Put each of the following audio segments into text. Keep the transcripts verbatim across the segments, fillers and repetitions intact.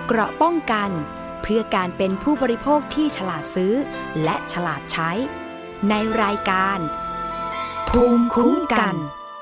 เกราะป้องกันเพื่อการเป็นผู้บริโภคที่ฉลาดซื้อและฉลาดใช้ในรายการภูมิคุ้มกัน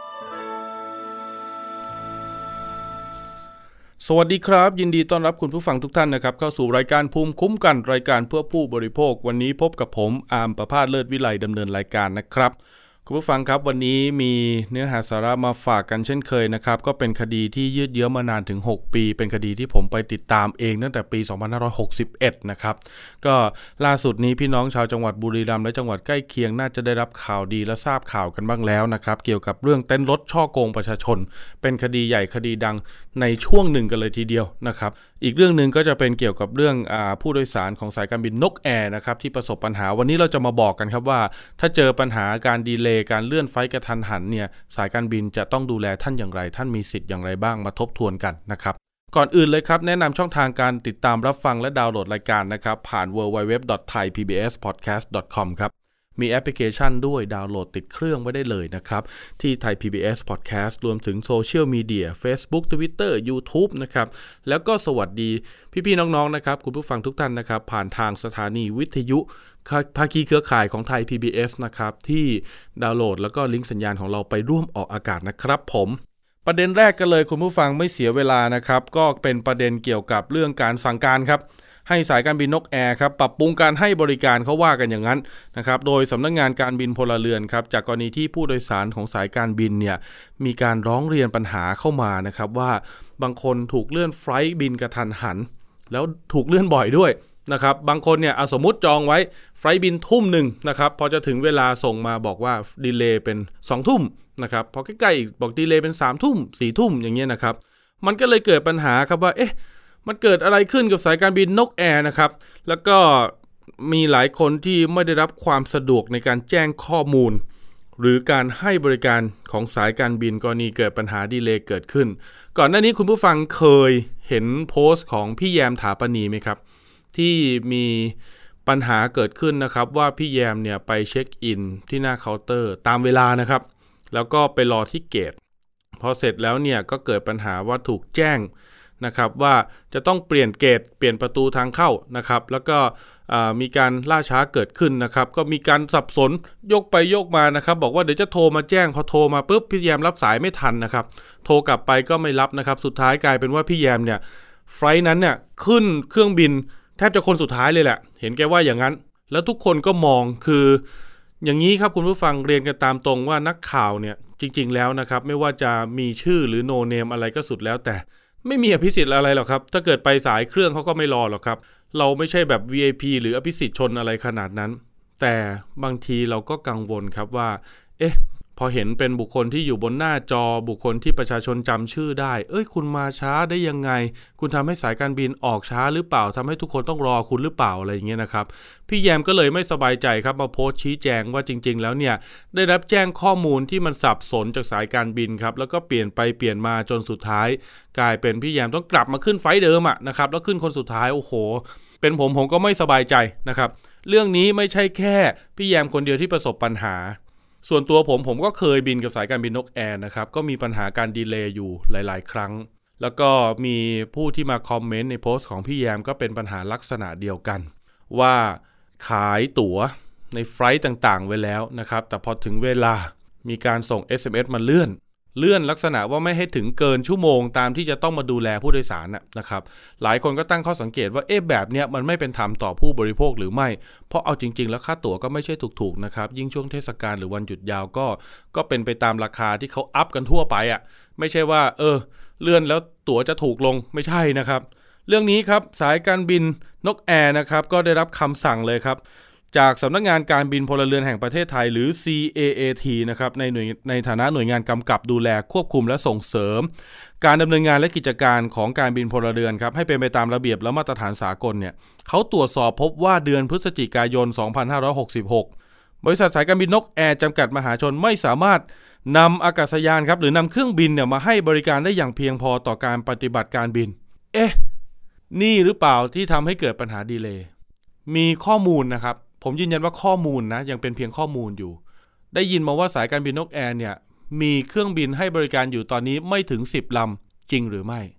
สวัสดีครับยินดีต้อนรับคุณผู้ฟังทุกท่านนะครับเข้าสู่รายการภูมิคุ้มกันรายการเพื่อผู้บริโภควันนี้พบกับผมอาร์มประภาสเลิศวิไลดำเนินรายการนะครับคุณผู้ฟังครับวันนี้มีเนื้อหาสาระมาฝากกันเช่นเคยนะครับก็เป็นคดีที่ยืดเยื้อมานานถึงหกปีเป็นคดีที่ผมไปติดตามเองตั้งแต่ปีสองพันห้าร้อยหกสิบเอ็ดนะครับก็ล่าสุดนี้พี่น้องชาวจังหวัดบุรีรัมย์และจังหวัดใกล้เคียงน่าจะได้รับข่าวดีและทราบข่าวกันบ้างแล้วนะครับเกี่ยวกับเรื่องเต้นรถฉ้อโกงประชาชนเป็นคดีใหญ่คดีดังในช่วงหนึ่งกันเลยทีเดียวนะครับอีกเรื่องนึงก็จะเป็นเกี่ยวกับเรื่องอ่าผู้โดยสารของสายการบินนกแอร์นะครับที่ประสบปัญหาวันนี้เราจะมาบอกกันครับว่าถ้าเจอปัญหาการดีเลย์การเลื่อนไฟล์กระทันหันเนี่ยสายการบินจะต้องดูแลท่านอย่างไรท่านมีสิทธิ์อย่างไรบ้างมาทบทวนกันนะครับก่อนอื่นเลยครับแนะนำช่องทางการติดตามรับฟังและดาวน์โหลดรายการนะครับผ่าน ดับเบิลยู ดับเบิลยู ดับเบิลยู ดอท ไทย พี บี เอส พอดแคสต์ ดอท คอม ครับมีแอปพลิเคชันด้วยดาวน์โหลดติดเครื่องไว้ได้เลยนะครับที่ Thai พี บี เอส Podcast รวมถึงโซเชียลมีเดีย Facebook Twitter YouTube นะครับแล้วก็สวัสดีพี่ๆน้องๆนะครับคุณผู้ฟังทุกท่านนะครับผ่านทางสถานีวิทยุภาคีเครือข่ายของ Thai พี บี เอส นะครับที่ดาวน์โหลดแล้วก็ลิงก์สัญญาณของเราไปร่วมออกอากาศนะครับผมประเด็นแรกกันเลยคุณผู้ฟังไม่เสียเวลานะครับก็เป็นประเด็นเกี่ยวกับเรื่องการสั่งการครับให้สายการบินนกแอร์ครับปรับปรุงการให้บริการเขาว่ากันอย่างนั้นนะครับโดยสำนักงานการบินพลเรือนครับจากกรณีที่ผู้โดยสารของสายการบินเนี่ยมีการร้องเรียนปัญหาเข้ามานะครับว่าบางคนถูกเลื่อนไฟล์บินกระทันหันแล้วถูกเลื่อนบ่อยด้วยนะครับบางคนเนี่ยสมมุติจองไว้ไฟล์บินทุ่มหนึ่งนะครับพอจะถึงเวลาส่งมาบอกว่าดีเลย์เป็นสองทุ่มนะครับพอใกล้ๆอีกบอกดีเลย์เป็นสามทุ่มสี่ทุ่มอย่างเงี้ยนะครับมันก็เลยเกิดปัญหาครับว่าเอ๊ะมันเกิดอะไรขึ้นกับสายการบินนกแอร์นะครับแล้วก็มีหลายคนที่ไม่ได้รับความสะดวกในการแจ้งข้อมูลหรือการให้บริการของสายการบินกรณีเกิดปัญหาดีเลย์เกิดขึ้นก่อนหน้านี้คุณผู้ฟังเคยเห็นโพสต์ของพี่แยมถาปณีไหมครับที่มีปัญหาเกิดขึ้นนะครับว่าพี่แยมเนี่ยไปเช็คอินที่หน้าเคาน์เตอร์ตามเวลานะครับแล้วก็ไปรอที่เกตพอเสร็จแล้วเนี่ยก็เกิดปัญหาว่าถูกแจ้งนะครับว่าจะต้องเปลี่ยนเกตเปลี่ยนประตูทางเข้านะครับแล้วก็มีการล่าช้าเกิดขึ้นนะครับก็มีการสับสนยกไปยกมานะครับบอกว่าเดี๋ยวจะโทรมาแจ้งพอโทรมาปุ๊บพี่แยมรับสายไม่ทันนะครับโทรกลับไปก็ไม่รับนะครับสุดท้ายกลายเป็นว่าพี่แยมเนี่ยไฟล์นั้นเนี่ยขึ้นเครื่องบินแทบจะคนสุดท้ายเลยแหละเห็นแกว่าอย่างนั้นแล้วทุกคนก็มองคืออย่างนี้ครับคุณผู้ฟังเรียนกันตามตรงว่านักข่าวเนี่ยจริงๆแล้วนะครับไม่ว่าจะมีชื่อหรือโนเนมอะไรก็สุดแล้วแต่ไม่มีอภิสิทธิ์อะไรหรอกครับถ้าเกิดไปสายเครื่องเขาก็ไม่รอหรอกครับเราไม่ใช่แบบ วี ไอ พี หรืออภิสิทธิ์ชนอะไรขนาดนั้นแต่บางทีเราก็กังวลครับว่าเอ๊ะพอเห็นเป็นบุคคลที่อยู่บนหน้าจอบุคคลที่ประชาชนจำชื่อได้เอ้ยคุณมาช้าได้ยังไงคุณทำให้สายการบินออกช้าหรือเปล่าทำให้ทุกคนต้องรอคุณหรือเปล่าอะไรอย่างเงี้ยนะครับพี่แยมก็เลยไม่สบายใจครับมาโพสต์ชี้แจงว่าจริงๆแล้วเนี่ยได้รับแจ้งข้อมูลที่มันสับสนจากสายการบินครับแล้วก็เปลี่ยนไปเปลี่ยนมาจนสุดท้ายกลายเป็นพี่แยมต้องกลับมาขึ้นไฟล์เดิมอ่ะนะครับแล้วขึ้นคนสุดท้ายโอ้โหเป็นผมผมก็ไม่สบายใจนะครับเรื่องนี้ไม่ใช่แค่พี่แยมคนเดียวที่ประสบปัญหาส่วนตัวผมผมก็เคยบินกับสายการบินนกแอร์นะครับก็มีปัญหาการดีเลย์อยู่หลายๆครั้งแล้วก็มีผู้ที่มาคอมเมนต์ในโพสต์ของพี่แยมก็เป็นปัญหาลักษณะเดียวกันว่าขายตั๋วในไฟล์ต่างๆไว้แล้วนะครับแต่พอถึงเวลามีการส่ง เอส เอ็ม เอส มาเลื่อนเลื่อนลักษณะว่าไม่ให้ถึงเกินชั่วโมงตามที่จะต้องมาดูแลผู้โดยสารนะครับหลายคนก็ตั้งข้อสังเกตว่าเอ๊ะแบบเนี้ยมันไม่เป็นธรรมต่อผู้บริโภคหรือไม่เพราะเอาจริงๆแล้วค่าตั๋วก็ไม่ใช่ถูกๆนะครับยิ่งช่วงเทศกาลหรือวันหยุดยาวก็ก็เป็นไปตามราคาที่เขาอัพกันทั่วไปอ่ะไม่ใช่ว่าเออเลื่อนแล้วตั๋วจะถูกลงไม่ใช่นะครับเรื่องนี้ครับสายการบินนกแอร์นะครับก็ได้รับคำสั่งเลยครับจากสำนักงานการบินพลเรือนแห่งประเทศไทยหรือ ซี เอ เอ ที นะครับในหน่วยในฐานะหน่วยงานกำกับดูแลควบคุมและส่งเสริมการดำเนินงานและกิจการของการบินพลเรือนครับให้เป็นไปตามระเบียบและมาตรฐานสากลเนี่ยเขาตรวจสอบพบว่าเดือนพฤศจิกายนสองพันห้าร้อยหกสิบหกบริษัทสายการบินนกแอร์จำกัดมหาชนไม่สามารถนำอากาศยานครับหรือนำเครื่องบินเนี่ยมาให้บริการได้อย่างเพียงพอต่อการปฏิบัติการบินเอ๊ะนี่หรือเปล่าที่ทำให้เกิดปัญหาดีเลย์มีข้อมูลนะครับผมยืนยันว่าข้อมูลนะยังเป็นเพียงข้อมูลอยู่ได้ยินมาว่าสายการบินนกแอร์เนี่ยมีเครื่องบินให้บริการอยู่ตอนนี้ไม่ถึงสิบลำจริงหรือไม่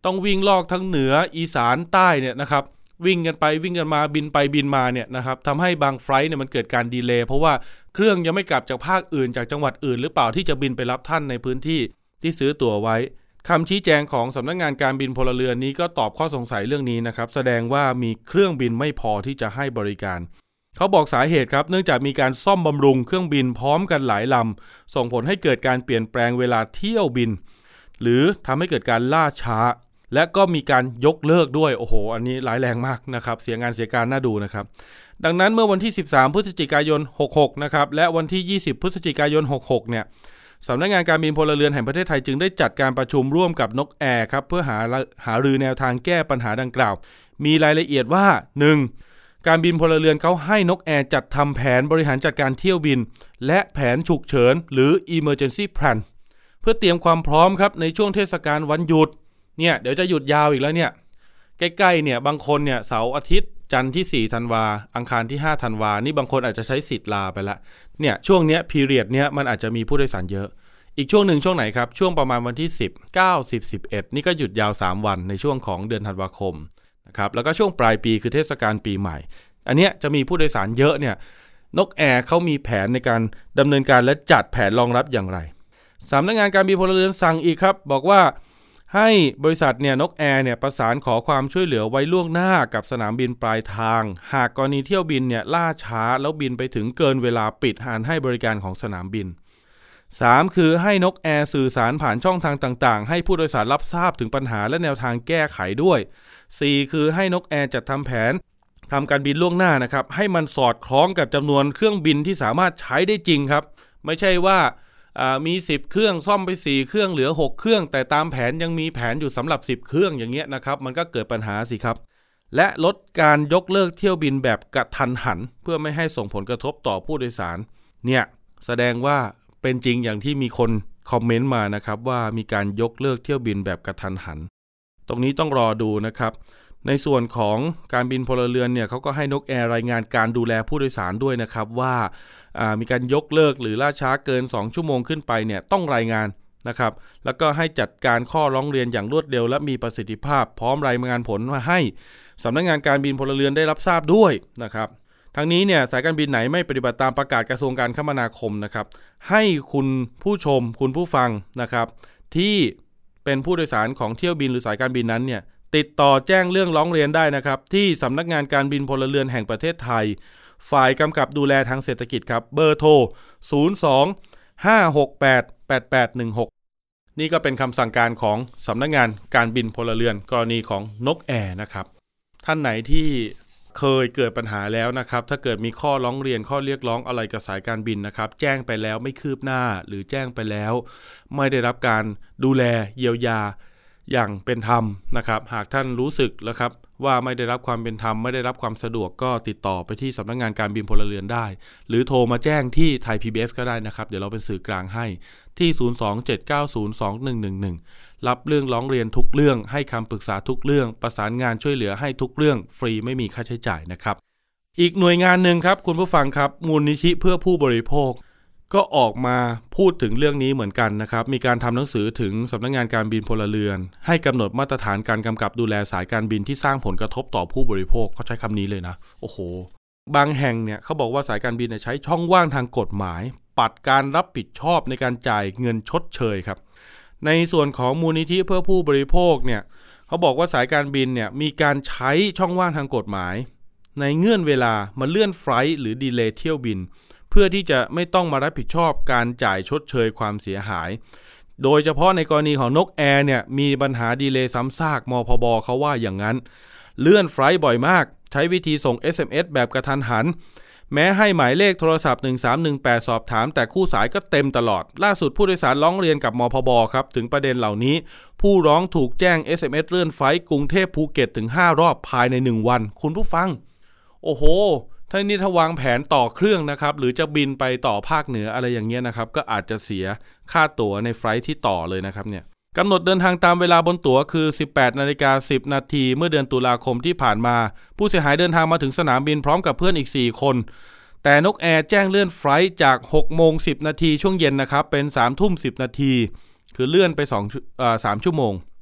ต้องวิ่งลอกทั้งเหนืออีสานใต้เนี่ยนะครับวิ่งกันไปวิ่งกันมาบินไปบินมาเนี่ยนะครับทำให้บางไฟล์เนี่ยมันเกิดการดีเลย์เพราะว่าเครื่องยังไม่กลับจากภาคอื่นจากจังหวัดอื่นหรือเปล่าที่จะบินไปรับท่านในพื้นที่ที่ซื้อตั๋วไว้คำชี้แจงของสำนักงานการบินพลเรือนนี้ก็ตอบข้อสงสัยเรื่องนี้นะครับแสดงว่ามีเครื่องบินไม่พอที่จะให้บริการเขาบอกสาเหตุครับเนื่องจากมีการซ่อมบำรุงเครื่องบินพร้อมกันหลายลำส่งผลให้เกิดการเปลี่ยนแปลงเวลาเที่ยวบินหรือทำให้เกิดการล่าช้าและก็มีการยกเลิกด้วยโอ้โหอันนี้ร้ายแรงมากนะครับเสียงานเสียการน่าดูนะครับดังนั้นเมื่อวันที่สิบสามพฤศจิกายนหกหกนะครับและวันที่ยี่สิบพฤศจิกายนหกหกเนี่ยสำนักงานการบินพลเรือนแห่งประเทศไทยจึงได้จัดการประชุมร่วมกับนกแอร์ครับเพื่อหาหารือแนวทางแก้ปัญหาดังกล่าวมีรายละเอียดว่า หนึ่ง การบินพลเรือนเขาให้นกแอร์จัดทำแผนบริหารจัดการเที่ยวบินและแผนฉุกเฉินหรือ emergency plan เพื่อเตรียมความพร้อมครับในช่วงเทศกาลวันหยุดเนี่ยเดี๋ยวจะหยุดยาวอีกแล้วเนี่ยใกล้ๆเนี่ยบางคนเนี่ยเสาร์อาทิตย์จันทร์ที่สี่ธันวาอังคารที่ห้าธันวานี่บางคนอาจจะใช้สิทธิ์ลาไปละเนี่ยช่วงเนี้ยพีเรียดเนี้ยมันอาจจะมีผู้โดยสารเยอะอีกช่วงหนึ่งช่วงไหนครับช่วงประมาณวันที่สิบ เก้า สิบ สิบเอ็ดนี่ก็หยุดยาวสามวันในช่วงของเดือนธันวาคมนะครับแล้วก็ช่วงปลายปีคือเทศกาลปีใหม่อันเนี้ยจะมีผู้โดยสารเยอะเนี่ยนกแอร์เขามีแผนในการดำเนินการและจัดแผนรองรับอย่างไรสำนักงานการบินพลเรือนสั่งอีกครับบอกว่าให้บริษัทเนี่ยนกแอร์เนี่ยประสานขอความช่วยเหลือไว้ล่วงหน้ากับสนามบินปลายทางหากกรณีเที่ยวบินเนี่ยล่าช้าแล้วบินไปถึงเกินเวลาปิดการให้บริการของสนามบินสามคือให้นกแอร์สื่อสารผ่านช่องทางต่างๆให้ผู้โดยสารรับทราบถึงปัญหาและแนวทางแก้ไขด้วยสี่คือให้นกแอร์จัดทำแผนทำการบินล่วงหน้านะครับให้มันสอดคล้องกับจำนวนเครื่องบินที่สามารถใช้ได้จริงครับไม่ใช่ว่ามีสิบเครื่องซ่อมไปสี่เครื่องเหลือหกเครื่องแต่ตามแผนยังมีแผนอยู่สำหรับสิบเครื่องอย่างเงี้ยนะครับมันก็เกิดปัญหาสิครับและลดการยกเลิกเที่ยวบินแบบกระทันหันเพื่อไม่ให้ส่งผลกระทบต่อผู้โดยสารเนี่ยแสดงว่าเป็นจริงอย่างที่มีคนคอมเมนต์มานะครับว่ามีการยกเลิกเที่ยวบินแบบกระทันหันตรงนี้ต้องรอดูนะครับในส่วนของการบินพลเรือนเนี่ยเขาก็ให้นกแอร์รายงานการดูแลผู้โดยสารด้วยนะครับว่ามีการยกเลิกหรือล่าช้าเกินสองชั่วโมงขึ้นไปเนี่ยต้องรายงานนะครับแล้วก็ให้จัดการข้อร้องเรียนอย่างรวดเร็วและมีประสิทธิภาพพร้อมรายงานผลมาให้สำนักงานการบินพลเรือนได้รับทราบด้วยนะครับทั้งนี้เนี่ยสายการบินไหนไม่ปฏิบัติตามประกาศกระทรวงการคมนาคมนะครับให้คุณผู้ชมคุณผู้ฟังนะครับที่เป็นผู้โดยสารของเที่ยวบินหรือสายการบินนั้นเนี่ยติดต่อแจ้งเรื่องร้องเรียนได้นะครับที่สำนักงานการบินพลเรือนแห่งประเทศไทยฝ่ายกำกับดูแลทางเศรษฐกิจครับเบอร์โทรศูนย์ สอง ห้า หก แปด แปด แปด หนึ่ง หกนี่ก็เป็นคำสั่งการของสำนักงานการบินพลเรือนกรณีของนกแอร์นะครับท่านไหนที่เคยเกิดปัญหาแล้วนะครับถ้าเกิดมีข้อร้องเรียนข้อเรียกร้องอะไรกับสายการบินนะครับแจ้งไปแล้วไม่คืบหน้าหรือแจ้งไปแล้วไม่ได้รับการดูแลเยียวยาอย่างเป็นธรรมนะครับหากท่านรู้สึกแล้วครับว่าไม่ได้รับความเป็นธรรมไม่ได้รับความสะดวกก็ติดต่อไปที่สำนักงานการบินพลเรือนได้หรือโทรมาแจ้งที่ไทย พี บี เอส ก็ได้นะครับเดี๋ยวเราเป็นสื่อกลางให้ที่ศูนย์ สอง เจ็ด เก้า ศูนย์ สอง หนึ่ง หนึ่ง หนึ่งรับเรื่องร้องเรียนทุกเรื่องให้คำปรึกษาทุกเรื่องประสานงานช่วยเหลือให้ทุกเรื่องฟรีไม่มีค่าใช้จ่ายนะครับอีกหน่วยงานหนึ่งครับคุณผู้ฟังครับมูลนิธิเพื่อผู้บริโภคก็ออกมาพูดถึงเรื่องนี้เหมือนกันนะครับมีการทำหนังสือถึงสำนักงานการบินพลเรือนให้กำหนดมาตรฐานการกำกับดูแลสายการบินที่สร้างผลกระทบต่อผู้บริโภคเขาใช้คำนี้เลยนะโอ้โหบางแห่งเนี่ยเขาบอกว่าสายการบินใช้ช่องว่างทางกฎหมายปัดการรับผิดชอบในการจ่ายเงินชดเชยครับในส่วนของมูลนิธิเพื่อผู้บริโภคเนี่ยเขาบอกว่าสายการบินเนี่ยมีการใช้ช่องว่างทางกฎหมายในเงื่อนเวลามาเลื่อนไฟล์หรือดีเลย์เที่ยวบินเพื่อที่จะไม่ต้องมารับผิดชอบการจ่ายชดเชยความเสียหายโดยเฉพาะในกรณีของนกแอร์เนี่ยมีปัญหาดีเลย์ซ้ำซากมพบเขาว่าอย่างนั้นเลื่อนไฟล์บ่อยมากใช้วิธีส่ง เอส เอ็ม เอส แบบกระทันหันแม้ให้หมายเลขโทรศัพท์หนึ่งสามหนึ่งแปดสอบถามแต่คู่สายก็เต็มตลอดล่าสุดผู้โดยสารร้องเรียนกับมพบครับถึงประเด็นเหล่านี้ผู้ร้องถูกแจ้ง เอส เอ็ม เอส เลื่อนไฟล์กรุงเทพภูเก็ตถึงห้ารอบภายในหนึ่งวันคุณผู้ฟังโอ้โหถ้านี่ถ้าวางแผนต่อเครื่องนะครับหรือจะบินไปต่อภาคเหนืออะไรอย่างเงี้ยนะครับก็อาจจะเสียค่าตั๋วในไฟล์ที่ต่อเลยนะครับเนี่ยกำหนดเดินทางตามเวลาบนตั๋วคือ สิบแปดนาฬิกาสิบนาทีเมื่อเดือนตุลาคมที่ผ่านมาผู้เสียหายเดินทางมาถึงสนามบินพร้อมกับเพื่อนอีกสี่คนแต่นกแอร์แจ้งเลื่อนไฟล์จาก หกโมงสิบนาทีช่วงเย็นนะครับเป็น สามทุ่มสิบนาทีคือเลื่อนไปสองเอ่อสามชั่วโมงผ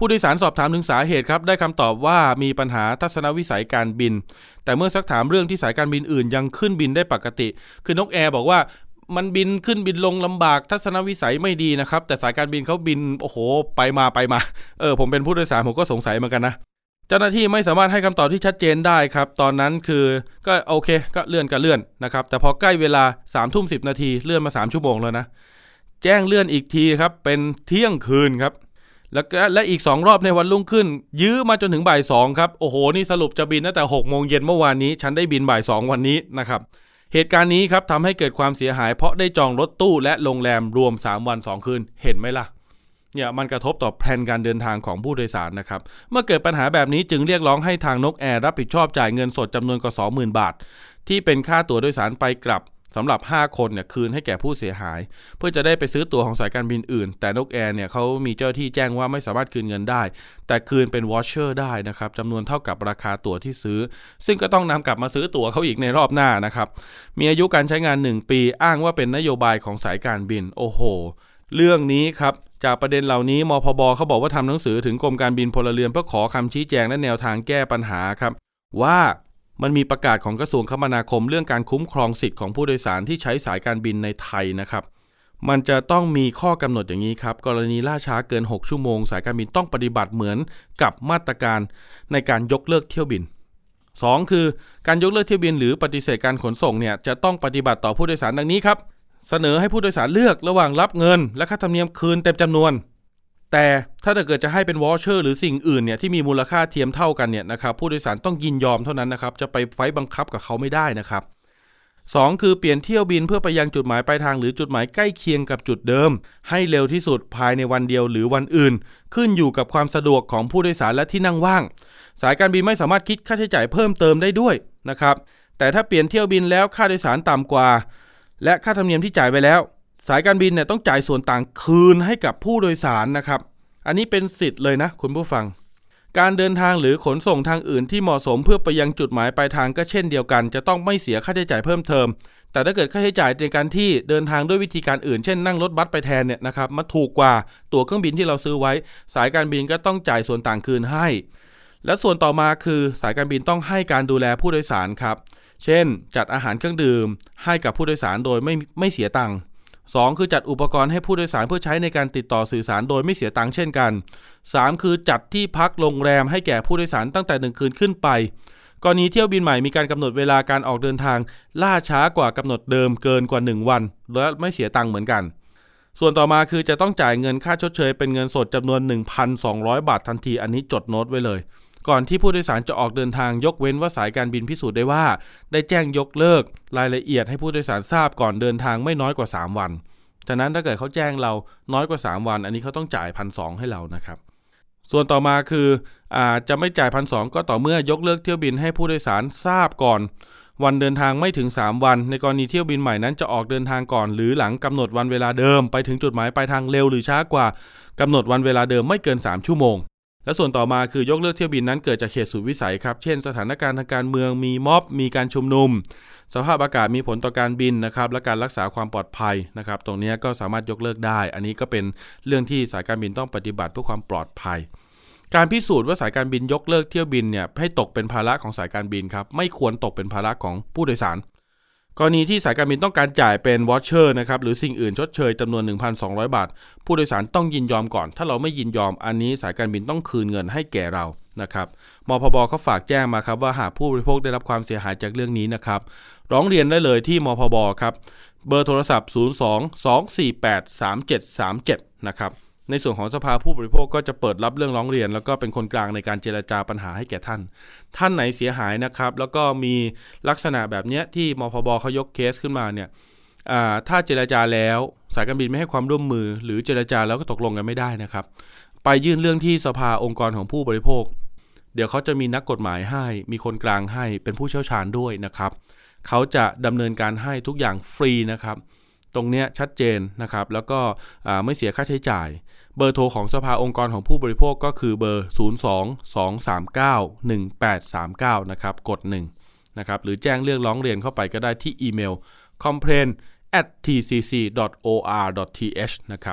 ผู้โดยสารสอบถามถึงสาเหตุครับได้คำตอบว่ามีปัญหาทัศนวิสัยการบินแต่เมื่อซักถามเรื่องที่สายการบินอื่นยังขึ้นบินได้ปกติคือนกแอร์บอกว่ามันบินขึ้นบินลงลำบากทัศนวิสัยไม่ดีนะครับแต่สายการบินเขาบินโอ้โหไปมาไปมาเออผมเป็นผู้โดยสารผมก็สงสัยเหมือนกันนะเจ้าหน้าที่ไม่สามารถให้คำตอบที่ชัดเจนได้ครับตอนนั้นคือก็โอเคก็เลื่อนก็เลื่อนนะครับแต่พอใกล้เวลา สามทุ่มสิบ นาทีเลื่อนมาสามชั่วโมงแล้วนะแจ้งเลื่อนอีกทีครับเป็นเที่ยงคืนครับแล้วและอีกสองรอบในวันรุ่งขึ้นยื้อมาจนถึงบ่ายสองครับโอ้โหนี่สรุปจะบินตั้งแต่ หกโมงเย็นเมื่อวานนี้ฉันได้บินบ่ายสองวันนี้นะครับเหตุการณ์นี้ครับทำให้เกิดความเสียหายเพราะได้จองรถตู้และโรงแรมรวมสามวันสองคืนเห็นไหมล่ะเนี่ยมันกระทบต่อแผนการเดินทางของผู้โดยสารนะครับเมื่อเกิดปัญหาแบบนี้จึงเรียกร้องให้ทางนกแอร์รับผิดชอบจ่ายเงินสดจำนวนกว่า สองหมื่น บาทที่เป็นค่าตั๋วโดยสารไปกลับสำหรับห้าคนเนี่ยคืนให้แก่ผู้เสียหายเพื่อจะได้ไปซื้อตั๋วของสายการบินอื่นแต่นกแอร์เนี่ยเขามีเจ้าที่แจ้งว่าไม่สามารถคืนเงินได้แต่คืนเป็นวอชเชอร์ได้นะครับจำนวนเท่ากับราคาตั๋วที่ซื้อซึ่งก็ต้องนำกลับมาซื้อตั๋วเขาอีกในรอบหน้านะครับมีอายุการใช้งานหนึ่งปีอ้างว่าเป็นนโยบายของสายการบินโอ้โหเรื่องนี้ครับจากประเด็นเหล่านี้มพบเขาบอกว่าทำหนังสือถึงกรมการบินพลเรือนเพื่อขอคำชี้แจงและแนวทางแก้ปัญหาครับว่ามันมีประกาศของกระทรวงคมนาคมเรื่องการคุ้มครองสิทธิ์ของผู้โดยสารที่ใช้สายการบินในไทยนะครับมันจะต้องมีข้อกำหนดอย่างนี้ครับกรณีล่าช้าเกินหกชั่วโมงสายการบินต้องปฏิบัติเหมือนกับมาตรการในการยกเลิกเที่ยวบินสองคือการยกเลิกเที่ยวบินหรือปฏิเสธการขนส่งเนี่ยจะต้องปฏิบัติต่อผู้โดยสารดังนี้ครับเสนอให้ผู้โดยสารเลือกระหว่างรับเงินและค่าธรรมเนียมคืนเต็มจำนวนแต่ถ้าเกิดจะให้เป็นวอชเชอร์หรือสิ่งอื่นเนี่ยที่มีมูลค่าเทียมเท่ากันเนี่ยนะครับผู้โดยสารต้องยินยอมเท่านั้นนะครับจะไปไฟท์บังคับกับเขาไม่ได้นะครับสองคือเปลี่ยนเที่ยวบินเพื่อไปยังจุดหมายปลายทางหรือจุดหมายใกล้เคียงกับจุดเดิมให้เร็วที่สุดภายในวันเดียวหรือวันอื่นขึ้นอยู่กับความสะดวกของผู้โดยสารและที่นั่งว่างสายการบินไม่สามารถคิดค่าใช้จ่ายเพิ่มเติมได้ด้วยนะครับแต่ถ้าเปลี่ยนเที่ยวบินแล้วค่าโดยสารต่ำกว่าและค่าธรรมเนียมที่จ่ายไปแล้วสายการบินเนี่ยต้องจ่ายส่วนต่างคืนให้กับผู้โดยสารนะครับอันนี้เป็นสิทธิ์เลยนะคุณผู้ฟังการเดินทางหรือขนส่งทางอื่นที่เหมาะสมเพื่อไปยังจุดหมายปลายทางก็เช่นเดียวกันจะต้องไม่เสียค่าใช้จ่ายเพิ่มเติมแต่ถ้าเกิดค่าใช้จ่ายในการที่เดินทางด้วยวิธีการอื่นเช่นนั่งรถบัสไปแทนเนี่ยนะครับมันถูกกว่าตั๋วเครื่องบินที่เราซื้อไว้สายการบินก็ต้องจ่ายส่วนต่างคืนให้และส่วนต่อมาคือสายการบินต้องให้การดูแลผู้โดยสารครับเช่นจัดอาหารเครื่องดื่มให้กับผู้โดยสารโดยไม่ไม่เสียตังค์สองคือจัดอุปกรณ์ให้ผู้โดยสารเพื่อใช้ในการติดต่อสื่อสารโดยไม่เสียตังค์เช่นกันสามคือจัดที่พักโรงแรมให้แก่ผู้โดยสารตั้งแต่หนึ่งคืนขึ้นไปกรณีเที่ยวบินใหม่มีการกำหนดเวลาการออกเดินทางล่าช้ากว่ากำหนดเดิมเกินกว่าหนึ่งวันและไม่เสียตังค์เหมือนกันส่วนต่อมาคือจะต้องจ่ายเงินค่าชดเชยเป็นเงินสดจำนวน หนึ่งพันสองร้อย บาททันทีอันนี้จดโน้ตไว้เลยก่อนที่ผู้โดยสารจะออกเดินทางยกเว้นว่าสายการบินพิสูจน์ได้ว่าได้แจ้งยกเลิกรายละเอียดให้ผู้โดยสารทราบก่อนเดินทางไม่น้อยกว่าสามวันฉะนั้นถ้าเกิดเขาแจ้งเราน้อยกว่าสามวันอันนี้เขาต้องจ่าย หนึ่งพันสองร้อย ให้เรานะครับส่วนต่อมาคืออ่าจะไม่จ่าย หนึ่งพันสองร้อย ก็ต่อเมื่อยกเลิกเที่ยวบินให้ผู้โดยสารทราบก่อนวันเดินทางไม่ถึงสามวันในกรณีเที่ยวบินใหม่นั้นจะออกเดินทางก่อนหรือหลังกำหนดวันเวลาเดิมไปถึงจุดหมายปลายทางเร็วหรือช้ากว่ากำหนดวันเวลาเดิมไม่เกินสามชั่วโมงและส่วนต่อมาคือยกเลิกเที่ยวบินนั้นเกิดจากเหตุสุดวิสัยครับเช่นสถานการณ์ทางการเมืองมีม็อบมีการชุมนุมสภาพอากาศมีผลต่อการบินนะครับและการรักษาความปลอดภัยนะครับตรงนี้ก็สามารถยกเลิกได้อันนี้ก็เป็นเรื่องที่สายการบินต้องปฏิบัติเพื่อความปลอดภัยการพิสูจน์ว่าสายการบินยกเลิกเที่ยวบินเนี่ยให้ตกเป็นภาระของสายการบินครับไม่ควรตกเป็นภาระของผู้โดยสารกรณีที่สายการบินต้องการจ่ายเป็นวอชเชอร์นะครับหรือสิ่งอื่นชดเชยจำนวน หนึ่งพันสองร้อย บาทผู้โดยสารต้องยินยอมก่อนถ้าเราไม่ยินยอมอันนี้สายการบินต้องคืนเงินให้แก่เรานะครับมพบเขาฝากแจ้งมาครับว่าหากผู้บริโภคได้รับความเสียหายจากเรื่องนี้นะครับร้องเรียนได้เลยที่มพบครับเบอร์โทรศัพท์ศูนย์ สอง สอง สี่ แปด สาม เจ็ด สาม เจ็ดนะครับในส่วนของสภาผู้บริโภคก็จะเปิดรับเรื่องร้องเรียนแล้วก็เป็นคนกลางในการเจรจาปัญหาให้แก่ท่านท่านไหนเสียหายนะครับแล้วก็มีลักษณะแบบนี้ที่มพบเขายกเคสขึ้นมาเนี่ยถ้าเจรจาแล้วสายการบินไม่ให้ความร่วมมือหรือเจรจาแล้วก็ตกลงกันไม่ได้นะครับไปยื่นเรื่องที่สภาองค์กรของผู้บริโภคเดี๋ยวเขาจะมีนักกฎหมายให้มีคนกลางให้เป็นผู้เชี่ยวชาญด้วยนะครับเขาจะดำเนินการให้ทุกอย่างฟรีนะครับตรงนี้ชัดเจนนะครับแล้วก็ไม่เสียค่าใช้จ่ายเบอร์โทรของสภาองค์กรของผู้บริโภคก็คือเบอร์ ศูนย์ สอง สอง สาม เก้า หนึ่ง แปด สาม เก้า นะครับกดหนึ่งนะครับหรือแจ้งเรื่องร้องเรียนเข้าไปก็ได้ที่อีเมล คอมเพลน แอท ที ซี ซี ดอท โอ อาร์ ดอท ที เอช นะครับต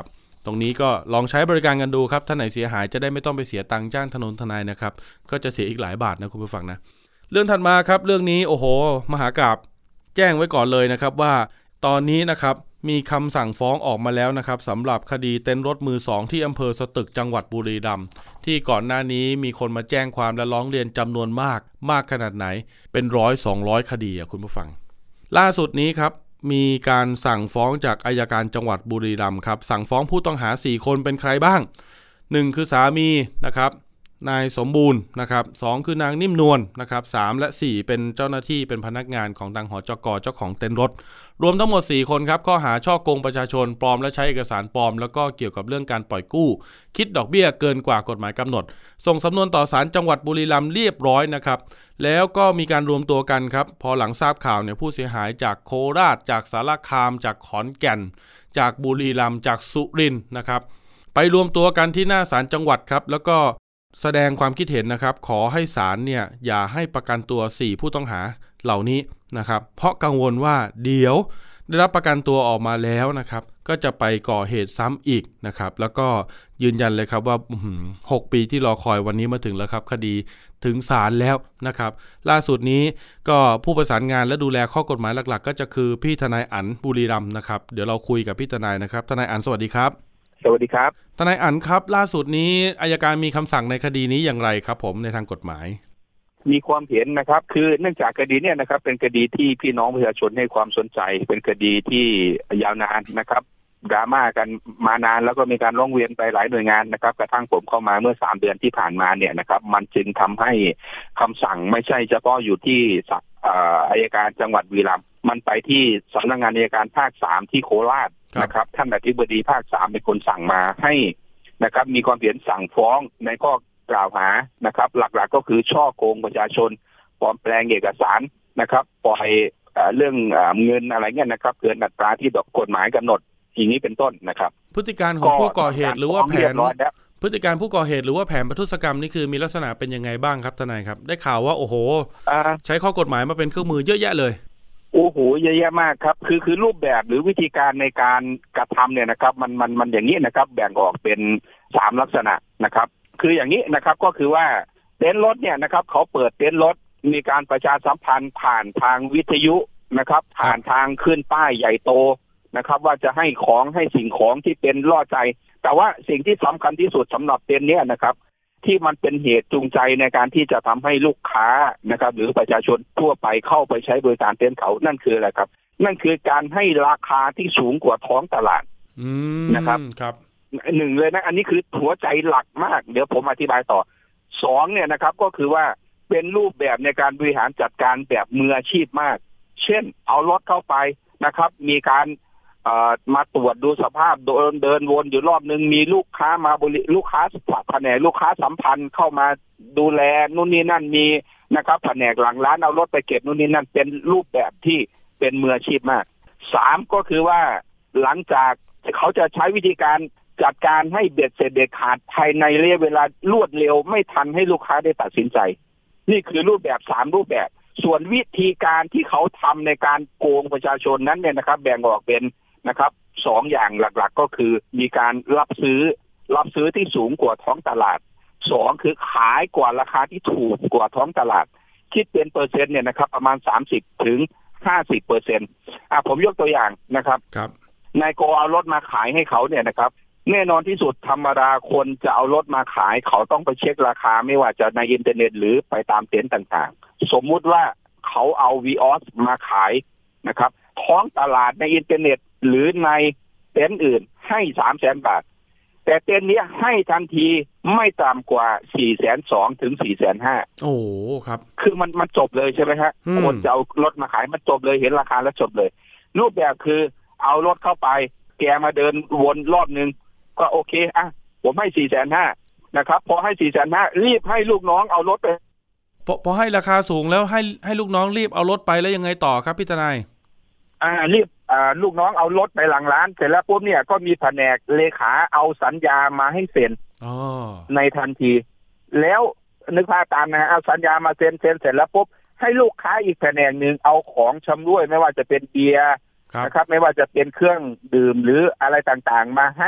รงนี้ก็ลองใช้บริการกันดูครับท่านไหนเสียหายจะได้ไม่ต้องไปเสียตังค์จ้างถนนทนายนะครับก็จะเสียอีกหลายบาทนะคุณผู้ฟังนะเรื่องถัดมาครับเรื่องนี้โอ้โหมหากาพย์แจ้งไว้ก่อนเลยนะครับว่าตอนนี้นะครับมีคำสั่งฟ้องออกมาแล้วนะครับสำหรับคดีเต็นท์รถมือสองที่อำเภอสตึกจังหวัดบุรีรัมย์ที่ก่อนหน้านี้มีคนมาแจ้งความและร้องเรียนจำนวนมากมากขนาดไหนเป็นร้อยสองร้อยคดีอ่ะคุณผู้ฟังล่าสุดนี้ครับมีการสั่งฟ้องจากอัยการจังหวัดบุรีรัมย์ครับสั่งฟ้องผู้ต้องหาสี่คนเป็นใครบ้างหนึ่งคือสามีนะครับนายสมบูรณ์นะครับสองคือนางนิ่มนวลนะครับสามและสี่เป็นเจ้าหน้าที่เป็นพนักงานของทางหจก.เจ้าของเต็นท์รถรวมทั้งหมดสี่คนครับข้อหาฉ้อโกงประชาชนปลอมและใช้เอกสารปลอมแล้วก็เกี่ยวกับเรื่องการปล่อยกู้คิดดอกเบี้ยเกินกว่ากฎหมายกำหนดส่งสำนวนต่อศาลจังหวัดบุรีรัมย์เรียบร้อยนะครับแล้วก็มีการรวมตัวกันครับพอหลังทราบข่าวเนี่ยผู้เสียหายจากโคราชจากสารคามจากขอนแก่นจากบุรีรัมย์จากสุรินทร์นะครับไปรวมตัวกันที่หน้าศาลจังหวัดครับแล้วก็แสดงความคิดเห็นนะครับขอให้ศาลเนี่ยอย่าให้ประกันตัวสี่ผู้ต้องหาเหล่านี้นะครับเพราะกังวลว่าเดี๋ยวได้รับประกันตัวออกมาแล้วนะครับก็จะไปก่อเหตุซ้ำอีกนะครับแล้วก็ยืนยันเลยครับว่าหกปีที่รอคอยวันนี้มาถึงแล้วครับคดีถึงศาลแล้วนะครับล่าสุดนี้ก็ผู้ประสานงานและดูแลข้อกฎหมายหลักๆก็จะคือพี่ทนายอั๋นบุรีรัมย์นะครับเดี๋ยวเราคุยกับพี่ทนายนะครับทนายอั๋นสวัสดีครับสวัสดีครับทนายอั๋นครับล่าสุดนี้อัยการมีคำสั่งในคดีนี้อย่างไรครับผมในทางกฎหมายมีความเห็นนะครับคือเนื่องจากคดีเนี่ยนะครับเป็นคดีที่พี่น้องประชาชนให้ความสนใจเป็นคดีที่ยาวนานนะครับดราม่ากันมานานแล้วก็มีการร้องเรียนไปหลายหน่วยงานนะครับกระทั่งผมเข้ามาเมื่อสามเดือนที่ผ่านมาเนี่ยนะครับมันจึงทำให้คำสั่งไม่ใช่เฉพาะอยู่ที่อัยการจังหวัดบุรีรัมย์มันไปที่สำนักงานอัยการภาคสามที่โคราชนะครับท่านอธิบดีภาคสามเป็นคนสั่งมาให้นะครับมีความเห็นสั่งฟ้องในข้อกล่าวหานะครับหลักๆ ก็คือช่อโกงประชาชนปลอมแปลงเอกสารนะครับปล่อยเรื่องเงินอะไรเงี้ยนะครับเกินอัตราที่กฎหมายกำหนดอย่างนี้เป็นต้นนะครับพฤติการของผู้ก่อเหตุหรือว่าแผนพฤติการผู้ก่อเหตุหรือว่าแผนประทุษกรรมนี่คือมีลักษณะเป็นยังไงบ้างครับทนายครับได้ข่าวว่าโอ้โหใช้ข้อกฎหมายมาเป็นเครื่องมือเยอะแยะเลยโอ้โหเยอะแยะมากครับคือคือรูปแบบหรือวิธีการในการกระทำเนี่ยนะครับมันมันมันอย่างนี้นะครับแบ่งออกเป็นสามลักษณะนะครับคืออย่างนี้นะครับก็คือว่าเต็นท์รถเนี่ยนะครับเขาเปิดเต็นท์รถมีการประชาสัมพันธ์ผ่านทางวิทยุนะครับผ่านทางขึ้นป้ายใหญ่โตนะครับว่าจะให้ของให้สิ่งของที่เป็นล่อใจแต่ว่าสิ่งที่สำคัญที่สุดสำหรับเต็นท์เนี่ยนะครับที่มันเป็นเหตุจูงใจในการที่จะทำให้ลูกค้านะครับหรือประชาชนทั่วไปเข้าไปใช้บริการเต็นท์เขานั่นคืออะไรครับนั่นคือการให้ราคาที่สูงกว่าท้องตลาดนะครับครับหนึ่งเลยนะอันนี้คือหัวใจหลักมากเดี๋ยวผมอธิบายต่อสองเนี่ยนะครับก็คือว่าเป็นรูปแบบในการบริหารจัดการแบบมืออาชีพมากเช่นเอารถเข้าไปนะครับมีการมาตรวจดูสภาพเดินเดินวนอยู่รอบนึงมีลูกค้ามาบริลูกค้าแผนกลูกค้าสัมพันธ์เข้ามาดูแลนู่นนี่นั่นมีนะครับแผนกหลังร้านเอารถไปเก็บนู่นนี่นั่นเป็นรูปแบบที่เป็นมืออาชีพมากสามก็คือว่าหลังจากเขาจะใช้วิธีการจัดการให้เบ็ดเสร็จเด็ดขาดภายในระยะเวลารวดเร็วไม่ทันให้ลูกค้าได้ตัดสินใจนี่คือรูปแบบสามรูปแบบส่วนวิธีการที่เขาทำในการโกงประชาชนนั้นเนี่ยนะครับแบ่งออกเป็นนะครับสองอย่างหลักๆก็คือมีการรับซื้อรับซื้อที่สูงกว่าท้องตลาดสองคือขายกว่าราคาที่ถูกกว่าท้องตลาดคิดเป็นเปอร์เซ็นต์เนี่ยนะครับประมาณสามสิบถึงห้าสิบเปอร์เซ็นต์อ่ะผมยกตัวอย่างนะครับครับนายโกเอารถมาขายให้เขาเนี่ยนะครับแน่นอนที่สุดธรรมดาคนจะเอารถมาขายเขาต้องไปเช็คราคาไม่ว่าจะในอินเทอร์เน็ตหรือไปตามเต็นท์ต่างๆสมมุติว่าเขาเอาวีออสมาขายนะครับท้องตลาดในอินเทอร์เน็ตหรือในเต็นท์อื่นให้สามแสนบาทแต่เต็นท์นี้ให้ทันทีไม่ต่ำกว่าสี่แสนสองถึงสี่แสนห้าโอ้ครับคือมันมันจบเลยใช่ไหมฮะคนจะเอารถมาขายมันจบเลยเห็นราคาแล้วจบเลยรูปแบบคือเอารถเข้าไปแกมาเดินวนรอบนึงก็โอเคอ่ะผมให้สี่แสนห้านะครับพอให้สี่แสนห้ารีบให้ลูกน้องเอารถไปพอพอให้ราคาสูงแล้วให้ให้ลูกน้องรีบเอารถไปแล้วยังไงต่อครับพี่ทนายอ่ารีบอ่าลูกน้องเอารถไปหลังร้านเสร็จแล้วปุ๊บเนี่ยก็มีแผนกเลขาเอาสัญญามาให้เซ็นในทันทีแล้วนึกภาพตามนะเอาสัญญามาเซ็นเซ็นเสร็จแล้วปุ๊บให้ลูกค้าอีกแผนกหนึ่งเอาของชำร่วยไม่ว่าจะเป็นเบียร์นะครับไม่ว่าจะเป็นเครื่องดื่มหรืออะไรต่างๆมาให้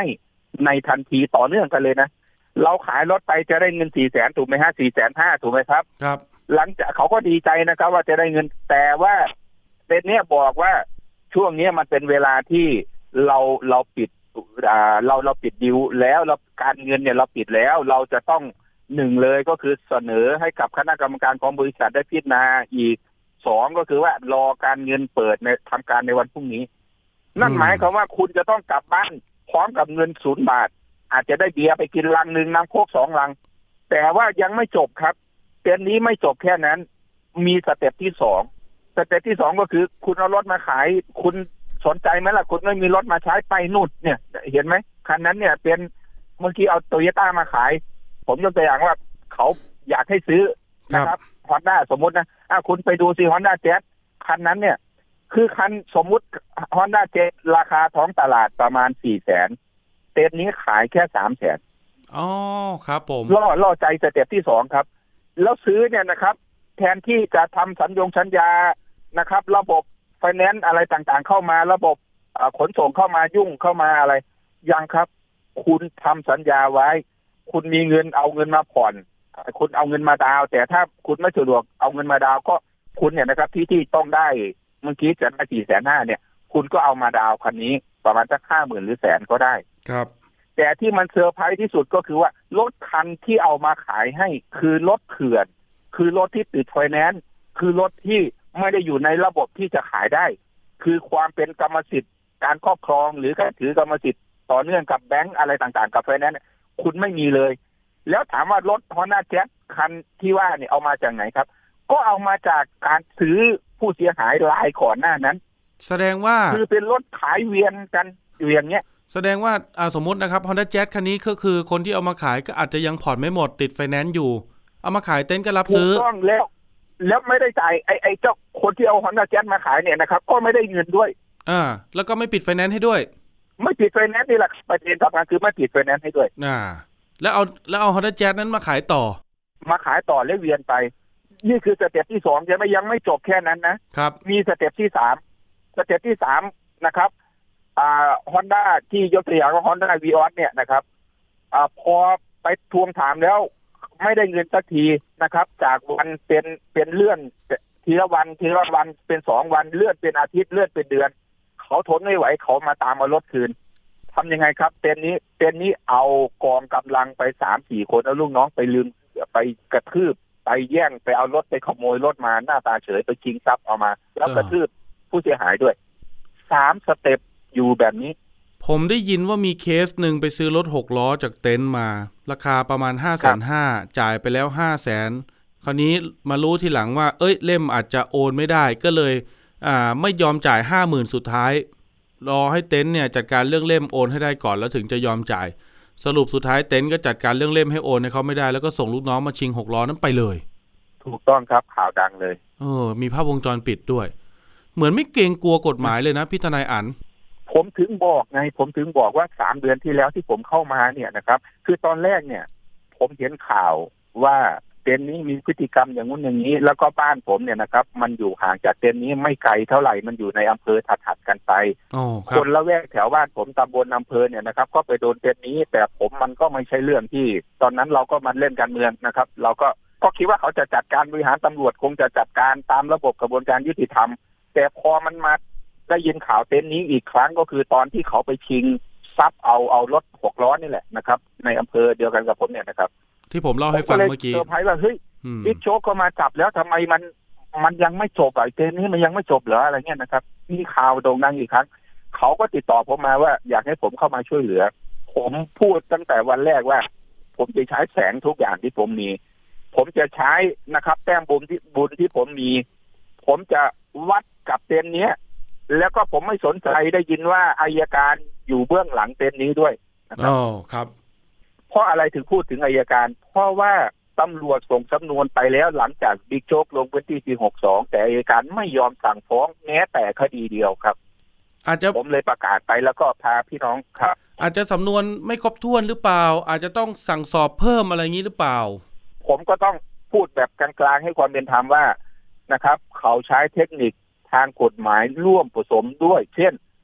ในทันทีต่อเนื่องกันเลยนะเราขายรถไปจะได้เงินสี่แสนถูกไหมฮะสี่แสนห้าถูกไหมครับครับหลังจากเขาก็ดีใจนะครับว่าจะได้เงินแต่ว่าเป็นเนี้ยบอกว่าช่วงนี้มันเป็นเวลาที่เราเราปิดอ่าเราเราปิดดิวแล้วเราการเงินเนี่ยเราปิดแล้วเราจะต้องหนึ่งเลยก็คือเสนอให้กับคณะกรรมการของบริษัทได้พิจารณาอีกสองก็คือว่ารอการเงินเปิดในทำการในวันพรุ่งนี้นั่นหมายความว่าคุณจะต้องกลับบ้านพร้อมกับเงินศูนย์บาทอาจจะได้เบียร์ไปกินลังหนึ่งน้ำโค้กสองลังแต่ว่ายังไม่จบครับเดือนนี้ไม่จบแค่นั้นมีสเต็ปที่สองสเต็ปที่สองก็คือคุณเอารถมาขายคุณสนใจไหมล่ะคุณไม่มีรถมาใช้ไปนู่นเนี่ยเห็นไหมคันนั้นเนี่ยเป็นเมื่อกี้เอาโตโยต้ามาขายผมยกตัวอย่างว่าเขาอยากให้ซื้อนะครับฮอนด้าสมมตินะอ่ะคุณไปดูสิฮอนด้าแจ๊สคันนั้นเนี่ยคือคันสมมุติฮอนด้าแจ๊สราคาท้องตลาดประมาณสี่แสนเต็มนี้ขายแค่สามแสนอ๋อครับผมล่อล่อใจสเต็ปที่สองครับแล้วซื้อเนี่ยนะครับแทนที่จะทำสัญญงสัญญานะครับระบบไฟแนนซ์อะไรต่างๆเข้ามาระบบขนส่งเข้ามายุ่งเข้ามาอะไรยังครับคุณทำสัญญาไว้คุณมีเงินเอาเงินมาผ่อนคุณเอาเงินมาดาวแต่ถ้าคุณไม่สะดวกเอาเงินมาดาวก็คุณเนี่ยนะครับที่ที่ต้องได้เมื่อกี้จะได้สี่แสนห้าเนี่ยคุณก็เอามาดาวคันนี้ประมาณสักห้าหมื่นหรือแสนก็ได้ครับแต่ที่มันเซอร์ไพรส์ที่สุดก็คือว่ารถคันที่เอามาขายให้คือรถเถื่อนคือรถที่ติดไฟแนนซ์คือรถที่ไม่ได้อยู่ในระบบที่จะขายได้คือความเป็นกรรมสิทธิ์การครอบครองหรือการถือกรรมสิทธิ์ต่อเนื่องกับแบงก์อะไรต่างๆกับไฟแนนซ์คุณไม่มีเลยแล้วถามว่ารถ Honda Jazz คันที่ว่าเนี่ยเอามาจากไหนครับก็เอามาจากการซื้อผู้เสียหายรายก่อนหน้านั้นแสดงว่าคือเป็นรถขายเวียนกันเวียนเนี้ยแสดงว่าอ่าสมมุตินะครับ Honda Jazz คันนี้ก็คือคนที่เอามาขายก็อาจจะยังผ่อนไม่หมดติดไฟแนนซ์อยู่เอามาขายเต็นท์ก็รับซื้อถูกต้องแล้วแล้วไม่ได้จ่ายไอ้ไอ้เจ้าคนที่เอา Honda Jazz มาขายเนี่ยนะครับก็ไม่ได้เงินด้วยอ่าแล้วก็ไม่ปิดไฟแนนซ์ให้ด้วยไม่ปิดไฟแนนซ์นี่แหละประเด็นสำคัญคือไม่ปิดไฟแนนซ์ให้ด้วยอ่าแล้วเอาแล้วเอา Honda Jazz นั้นมาขายต่อมาขายต่อแล้วเวียนไปนี่คือสเต็ปที่สองยังไม่ยังไม่จบแค่นั้นนะครับมีสเต็ปที่สามสเต็ปที่สามนะครับอ่า Honda ที่ยกตัวอย่างว่า Honda Vios เนี่ยนะครับอ่าพอไปทวงถามแล้วไม่ได้เงินสักทีนะครับจากวันเป็นเป็นเลื่อนทีละวันทีละวันเป็นสองวันเลื่อนเป็นอาทิตย์เลื่อนเป็นเดือนเขาทนไม่ไหวเขามาตามมารถคืนทำยังไงครับเต็นนี้เต็นนี้เอากองกำลังไปสามสี่คนเอาลูกน้องไปลืมไปกระทืบไปแย่งไปเอารถไปขโมยรถมาหน้าตาเฉยไปชิงทรัพย์เอามาแล้วกระทืบผู้เสียหายด้วยสามสเต็ปอยู่แบบนี้ผมได้ยินว่ามีเคสหนึ่งไปซื้อรถหกล้อจากเต็นท์มาราคาประมาณ ห้าแสนห้าหมื่น จ่ายไปแล้ว ห้าแสน คราวนี้มารู้ทีหลังว่าเอ้ยเล่มอาจจะโอนไม่ได้ก็เลยอ่าไม่ยอมจ่าย ห้าหมื่น สุดท้ายรอให้เต็นท์เนี่ยจัดการเรื่องเล่มโอนให้ได้ก่อนแล้วถึงจะยอมจ่ายสรุปสุดท้ายเต็นท์ก็จัดการเรื่องเล่มให้โอนให้เขาไม่ได้แล้วก็ส่งลูกน้องมาชิงหกล้อนั้นไปเลยถูกต้องครับข่าวดังเลยเออมีภาพวงจรปิดด้วยเหมือนไม่เกรงกลัวกฎหมายเลยนะพี่ทนายอั๋นผมถึงบอกไงผมถึงบอกว่าสามเดือนที่แล้วที่ผมเข้ามาเนี่ยนะครับคือตอนแรกเนี่ยผมเห็นข่าวว่าเต็นท์นี้มีพฤติกรรมอย่างนู้นอย่างนี้แล้วก็บ้านผมเนี่ยนะครับมันอยู่ห่างจากเต็นท์นี้ไม่ไกลเท่าไหร่มันอยู่ในอำเภอถัดๆกันไปคนละแวกแถวบ้านผมตำบลอำเภอเนี่ยนะครับก็ไปโดนเต็นท์นี้แต่ผมมันก็ไม่ใช่เรื่องที่ตอนนั้นเราก็มันเล่นการเมืองนะครับเราก็ก็คิดว่าเขาจะจัดการบริหารตำรวจคงจะจัดการตามระบบกระบวนการยุติธรรมแต่พอมันมาได้ยินข่าวเต็นท์นี้อีกครั้งก็คือตอนที่เขาไปชิงทรัพย์เอาเอารถหกล้อนี่แหละนะครับในอำเภอเดียวกันกับผมเนี่ยนะครับที่ผมเล่าให้ฟังเมื่อกี้เซอร์ไพรส์ว่าเฮ้ยบิ๊กโจ๊กก็มาจับแล้วทำไมมันมันยังไม่จบอ่ะเต็นท์นี้มันยังไม่จบเหรออะไรเงี้ยนะครับมีข่าวโด่งดังอีกครั้งเขาก็ติดต่อผมมาว่าอยากให้ผมเข้ามาช่วยเหลือผมพูดตั้งแต่วันแรกว่าผมจะใช้แสงทุกอย่างที่ผมมีผมจะใช้นะครับแต้มบุญที่บุญที่ผมมีผมจะวัดกับเต็นท์นี้แล้วก็ผมไม่สนใจได้ยินว่าอัยการอยู่เบื้องหลังเต็นท์นี้ด้วยนะครับอ๋อครับเพราะอะไรถึงพูดถึงอัยการเพราะว่าตำรวจส่งสำนวนไปแล้วหลังจากบิ๊กโจ๊กลงพื้นที่ปีหกสองแต่อัยการไม่ยอมสั่งฟ้องแม้แต่คดีเดียวครับอาจจะผมเลยประกาศไปแล้วก็พาพี่น้องครับอาจจะสำนวนไม่ครบถ้วนหรือเปล่าอาจจะต้องสั่งสอบเพิ่มอะไรงี้หรือเปล่าผมก็ต้องพูดแบบกลางๆให้ความเป็นธรรมว่านะครับเขาใช้เทคนิคทางกฎหมายร่วมผสมด้วยเช่น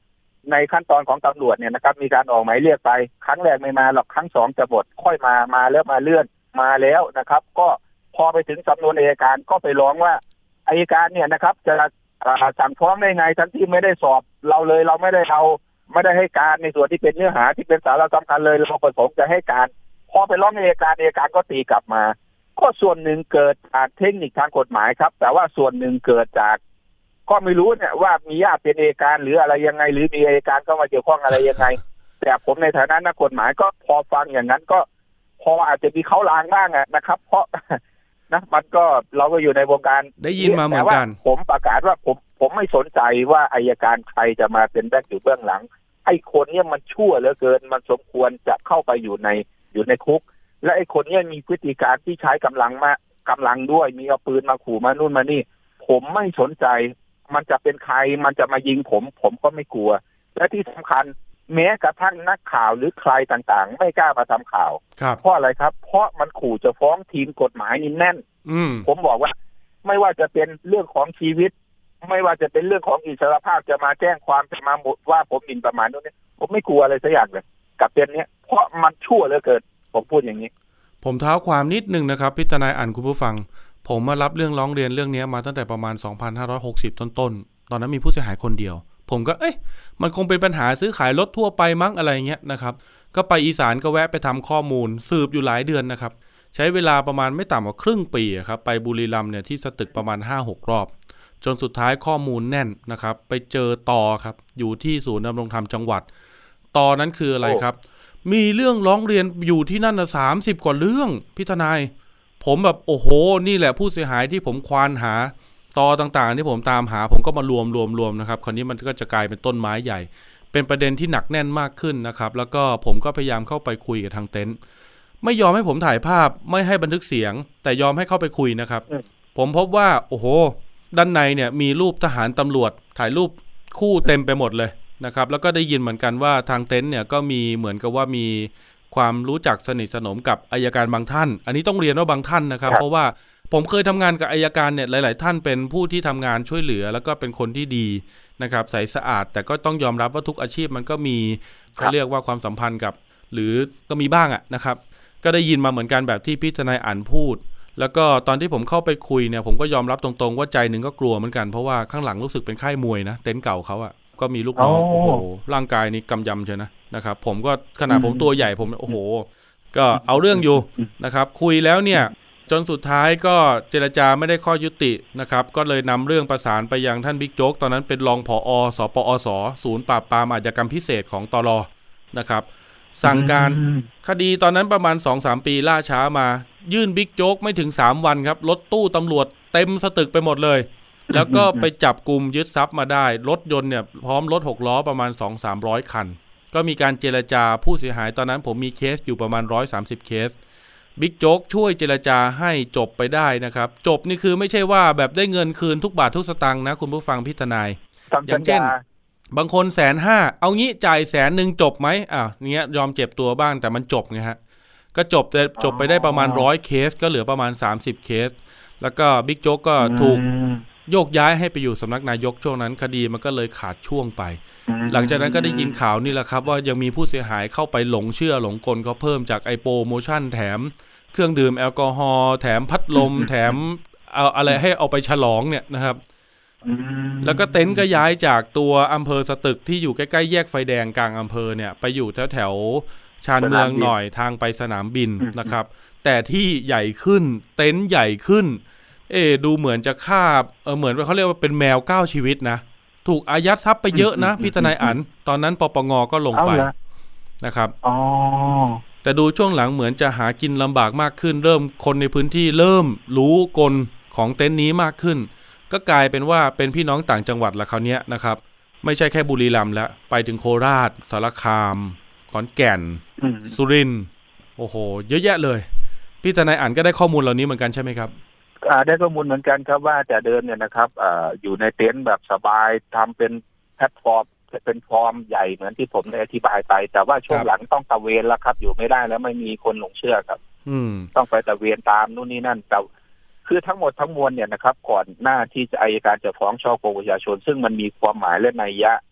ในขั้นตอนของตำรวจเนี่ยนะครับมีการออกหมายเรียกไปครั้งแรกไม่มาหรอกครั้งสองจะหมดค่อยมามาแล้วมาเลื่อนมาแล้วนะครับก็พอไปถึงสำนวนอัยการก็ไปร้องว่าอัยการเนี่ยนะครับจะสั่งฟ้องได้ไงทั้งที่ไม่ได้สอบเราเลยเราไม่ได้เอาไม่ได้ให้การในส่วนที่เป็นเนื้อหาที่เป็นสาระสำคัญเลยเราประสงค์จะให้การพอไปร้องอัยการอัยการก็ตีกลับมาก็ส่วนหนึ่งเกิดจากเทคนิคทางกฎหมายครับแต่ว่าส่วนหนึ่งเกิดจากก็ไม่รู้เนี่ยว่ามีญาติเป็นอัยการหรืออะไรยังไงหรือมีอัยการเข้ามาเกี่ยวข้องอะไรยังไงแต่ผมในฐานะนักกฎหมายก็พอฟังอย่างนั้นก็พออาจจะมีเขาลางบ้างนะครับเพราะนะมันก็เราก็อยู่ในวงการได้ยินมาเหมือนกันผมประกาศว่าผมผมไม่สนใจว่าอัยการใครจะมาเป็นแบ็คอยู่เบื้องหลังไอ้คนเนี้ยมันชั่วเหลือเกินมันสมควรจะเข้าไปอยู่ในอยู่ในคุกและไอ้คนเนี้ยมีพฤติการที่ใช้กำลังมากำลังด้วยมีเอาปืนมาขู่มานู่นมานี่ผมไม่สนใจมันจะเป็นใครมันจะมายิงผมผมก็ไม่กลัวและที่สำคัญแม้กระทั่งนักข่าวหรือใครต่างๆไม่กล้ามาทำข่าวเพราะอะไรครับเพราะมันขู่จะฟ้องทีมกฎหมายนี่แน่นผมบอกว่าไม่ว่าจะเป็นเรื่องของชีวิตไม่ว่าจะเป็นเรื่องของอิสรภาพจะมาแจ้งความจะมาว่าผมหมิ่นประมาทนู่นนี่ผมไม่กลัวอะไรสักอย่างเลยกับเป็นเนี้ยเพราะมันชั่วเหลือเกินผมพูดอย่างนี้ผมเท้าความนิดนึงนะครับพี่ทนายอ่านคุณผู้ฟังผมมารับเรื่องร้องเรียนเรื่องนี้มาตั้งแต่ประมาณสองพันห้าร้อยหกสิบต้นๆตอนนั้นมีผู้เสียหายคนเดียวผมก็เอ๊ะมันคงเป็นปัญหาซื้อขายรถทั่วไปมั้งอะไรเงี้ยนะครับก็ไปอีสานก็แวะไปทำข้อมูลสืบอยู่หลายเดือนนะครับใช้เวลาประมาณไม่ต่ำกว่าครึ่งปีครับไปบุรีรัมย์เนี่ยที่สตึกประมาณ ห้าหก รอบจนสุดท้ายข้อมูลแน่นนะครับไปเจอต่อครับอยู่ที่ศูนย์ดำรงธรรมจังหวัดต่อนั้นคืออะไรครับมีเรื่องร้องเรียนอยู่ที่นั่นนะสามสิบกว่าเรื่องพี่ทนายผมแบบโอ้โหนี่แหละผู้เสียหายที่ผมควานหาต่อต่างๆที่ผมตามหาผมก็มารวมรวมรวมนะครับคราวนี้มันก็จะกลายเป็นต้นไม้ใหญ่เป็นประเด็นที่หนักแน่นมากขึ้นนะครับแล้วก็ผมก็พยายามเข้าไปคุยกับทางเต็นท์ไม่ยอมให้ผมถ่ายภาพไม่ให้บันทึกเสียงแต่ยอมให้เข้าไปคุยนะครับผมพบว่าโอ้โหด้านในเนี่ยมีรูปทหารตำรวจถ่ายรูปคู่เต็มไปหมดเลยนะครับแล้วก็ได้ยินเหมือนกันว่าทางเต็นท์เนี่ยก็มีเหมือนกับว่ามีความรู้จักสนิทสนมกับอัยการบางท่านอันนี้ต้องเรียนว่าบางท่านนะครับเพราะว่าผมเคยทำงานกับอัยการเนี่ยหลายๆท่านเป็นผู้ที่ทำงานช่วยเหลือแล้วก็เป็นคนที่ดีนะครับใสสะอาดแต่ก็ต้องยอมรับว่าทุกอาชีพมันก็มีเขาเรียกว่าความสัมพันธ์กับหรือก็มีบ้างอ่ะนะครับก็ได้ยินมาเหมือนกันแบบที่พี่ทนายอ่านพูดแล้วก็ตอนที่ผมเข้าไปคุยเนี่ยผมก็ยอมรับตรงๆว่าใจหนึ่งก็กลัวเหมือนกันเพราะว่าข้างหลังรู้สึกเป็นค่ายมวยนะเต็นท์เก่าเขาอ่ะก็มีลูกน้องโอ้โหร่างกายนี่กำยำใช่นะนะครับผมก็ขนาดผมตัวใหญ่ผมโอ้โหก็เอาเรื่องอยู่นะครับคุยแล้วเนี่ยจนสุดท้ายก็เจรจาไม่ได้ข้อยุตินะครับก็เลยนำเรื่องประสานไปยังท่านบิ๊กโจ๊กตอนนั้นเป็นรองผอ.สปอส.ศูนย์ปราบปรามอาชญากรรมพิเศษของตล.นะครับสั่งการคดีตอนนั้นประมาณ สองถึงสาม ปีล่าช้ามายื่นบิ๊กโจ๊กไม่ถึงสามวันครับรถตู้ตำรวจเต็มสตึกไปหมดเลยแล้วก็ไปจับกุมยึดทรัพย์มาได้รถยนต์เนี่ยพร้อมรถหกล้อประมาณ สองถึงสามร้อย คันก็มีการเจรจาผู้เสียหายตอนนั้นผมมีเคสอยู่ประมาณหนึ่งร้อยสามสิบเคสบิ๊กโจ๊กช่วยเจรจาให้จบไปได้นะครับจบนี่คือไม่ใช่ว่าแบบได้เงินคืนทุกบาททุกสตางค์นะคุณผู้ฟังพี่ทนายอย่างเช่นบางคนแสนห้าเอางี้จ่ายแสนหนึ่งจบไหมอ่ะเนี้ยยอมเจ็บตัวบ้างแต่มันจบไงฮะก็จบแต่จบไปได้ประมาณร้อยเคสก็เหลือประมาณสามสิบเคสแล้วก็บิ๊กโจ๊กก็ถูกโยกย้ายให้ไปอยู่สำนักนายกช่วงนั้นคดีมันก็เลยขาดช่วงไปหลังจากนั้นก็ได้ยินข่าวนี่แหละครับว่ายังมีผู้เสียหายเข้าไปหลงเชื่อหลงกลเขาเพิ่มจากไอโปรโมชั่นแถมเครื่องดื่มแอลกอฮอล์แถมพัดลมแถมเอาอะไรให้เอาไปฉลองเนี่ยนะครับแล้วก็เต็นท์ก็ย้ายจากตัวอำเภอสตึกที่อยู่ใกล้ๆแยกไฟแดงกลางอำเภอเนี่ยไปอยู่แถวๆชานเมืองหน่อยทางไปสนามบินนะครับแต่ที่ใหญ่ขึ้นเต็นท์ใหญ่ขึ้นเอดูเหมือนจะฆ่าเออเหมือนว่าเขาเรียกว่าเป็นแมวเก้าชีวิตนะถูกอายัดทรัพย์ไปเยอะนะพี่ทนายอั๋นตอนนั้นปปงก็ลงไปนะครับอ๋อแต่ดูช่วงหลังเหมือนจะหากินลำบากมากขึ้นเริ่มคนในพื้นที่เริ่มรู้กลของเต็นท์นี้มากขึ้นก็กลายเป็นว่าเป็นพี่น้องต่างจังหวัดละคราวนี้นะครับไม่ใช่แค่บุรีรัมย์แล้วไปถึงโคราชสารคามขอนแก่นสุรินทร์โอ้โหเยอะแยะเลยพี่ทนายอั๋นก็ได้ข้อมูลเหล่านี้เหมือนกันใช่ไหมครับอ่าได้ข้อมูลเหมือนกันครับว่าแต่เดิมเนี่ยนะครับอ่าอยู่ในเต็นท์แบบสบายทำเป็นแพลตฟอร์มเป็นฟอร์มใหญ่เหมือนที่ผมได้อธิบายไปแต่ว่าช่วงหลังต้องตะเวนแล้วครับอยู่ไม่ได้แล้วไม่มีคนหลงเชื่อครับอืมต้องไปตะเวนตามนู่นนี่นั่นแต่คือทั้งหมดทั้งมวลเนี่ยนะครับก่อนหน้าที่จะอัยการจะฟ้องช่อโกงประชาชนซึ่งมันมีความหมายและนัยยะ